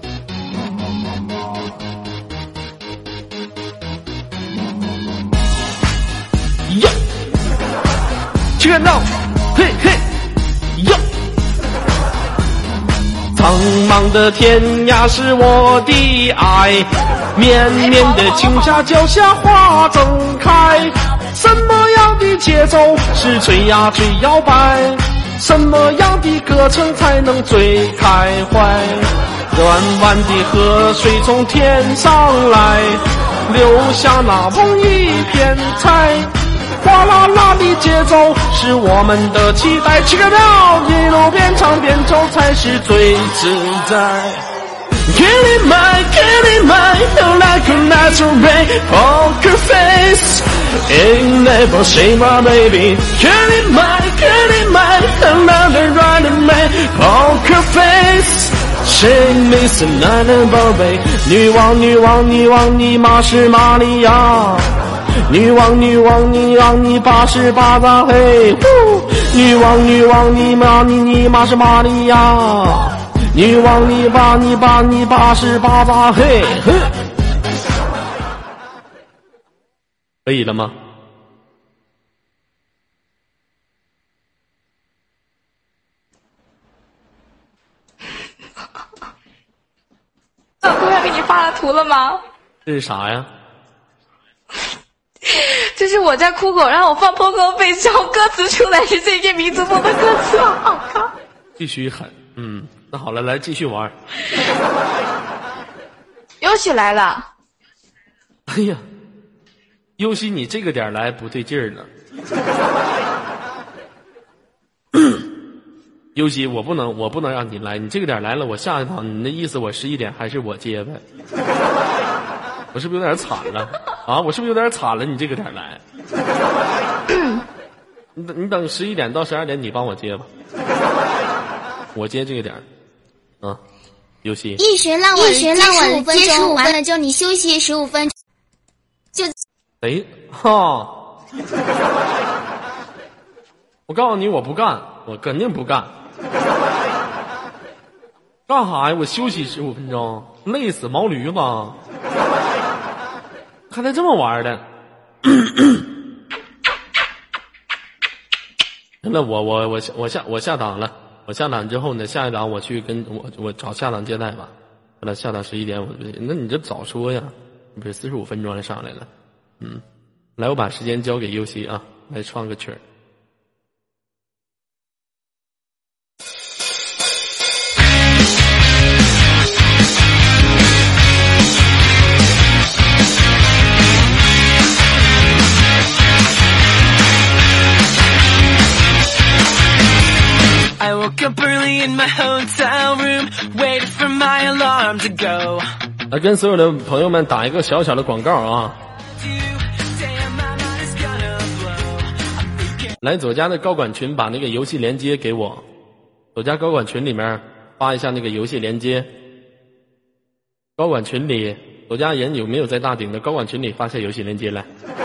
呀，热闹，嘿嘿，呀！苍茫的天涯是我的爱，绵绵的青纱脚下花正开。什么样的节奏是最呀最摇摆？什么样的歌声才能最开怀？弯弯的河水从天上来，留下那梦一片彩。哗啦啦的节奏是我们的期待，起个调，一路边唱边走才是最自在。Killing my, killing my, you like a natural rain, poker face, ain't never say my baby. Killing my, killing my, another running man, poker face, say Miss Nana 宝贝，女王女王女王你妈是玛利亚，女王女王你让你爸是巴扎嘿，女王女王你妈你你妈是玛利亚。女王你爸你爸你爸是巴扎嘿，可以了吗？ 老公要给你发了图了吗？ 这是啥呀？ 这是我在酷狗，然后我放 Poker Face， 然后歌词出来是这件民族风的歌词，好好看。 必须狠，嗯。那好了，来继续玩。 游戏来了。 哎呀，尤西你这个点来不对劲儿了。尤西，我不能，我不能让你来，你这个点来了，我下一场，你那意思我十一点还是我接呗？我是不是有点惨了啊？我是不是有点惨了？你这个点来，你等你等十一点到十二点，你帮我接吧，我接这个点。啊，游戏一学让我一学让我接十五完了之后你休息十五分钟，就哎哈！我告诉你，我不干，我肯定不干。干啥呀？我休息十五分钟，累死毛驴子！还带这么玩的？行了，我我我我下我下档了。我下档之后呢，下一档我去跟我我找下档接待吧。完了下档十一点我那你这早说呀，不是四十五分钟了上来了，嗯，来我把时间交给游戏啊，来创个曲儿。 I woke up early in my hotel room, waited for my alarm to go. 来跟所有的朋友们打一个小小的广告啊！来左家的高管群把那个游戏连接给我，左家高管群里面发一下那个游戏连接。高管群里左家人有没有在大顶的？高管群里发下游戏连接来。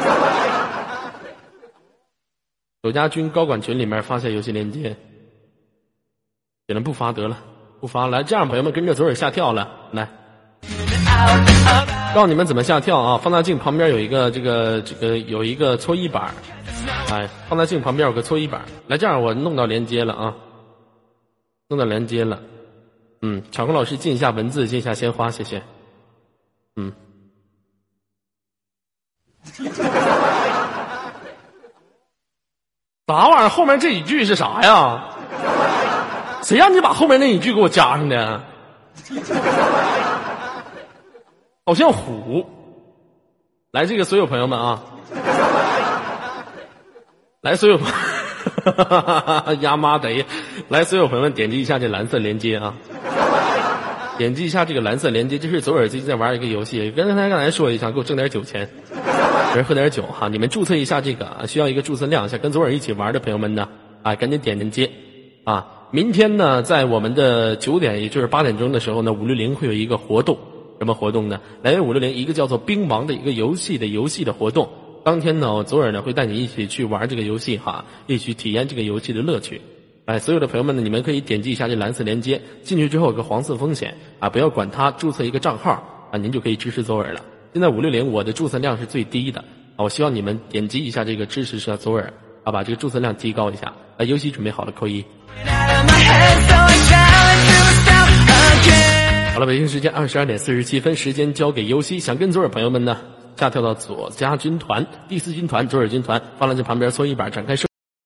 左家军高管群里面发下游戏连接。给人不发得了，不发来，这样朋友们跟着左耳下跳了，来，告诉你们怎么下跳啊！放大镜旁边有一个这个这个有一个搓衣板，哎，放大镜旁边有个搓衣板，来，这样我弄到连接了啊，弄到连接了，嗯，巧克老师进一下文字，进一下鲜花，谢谢，嗯。 啥玩意儿？后面这几句是啥呀？谁让你把后面那几句给我加上的？好像虎。来，这个所有朋友们啊，来所有呀妈得，来所有朋友们点击一下这蓝色连接啊，点击一下这个蓝色连接，这是左耳最近在玩一个游戏，跟大家刚才说一下，给我挣点酒钱，人喝点酒哈。你们注册一下这个啊，需要一个注册量，想跟左耳一起玩的朋友们呢，啊，赶紧点连接啊。明天呢，在我们的九点，也就是八点钟的时候呢，五六零会有一个活动。什么活动呢？来源五六零一个叫做冰王的一个游戏的游戏的活动。当天呢，我左耳呢会带你一起去玩这个游戏哈，一起体验这个游戏的乐趣。哎，所有的朋友们呢，你们可以点击一下这蓝色连接，进去之后有个黄色风险啊，不要管它，注册一个账号啊，您就可以支持左耳了。现在五六零我的注册量是最低的啊，我希望你们点击一下这个支持下左耳啊，把这个注册量提高一下。啊，游戏准备好了扣一。好了，北京时间二十二点四十七分，时间交给游戏。想跟左耳朋友们呢，下跳到左家军团第四军团左耳军团，放了这旁边搓衣板，展开射。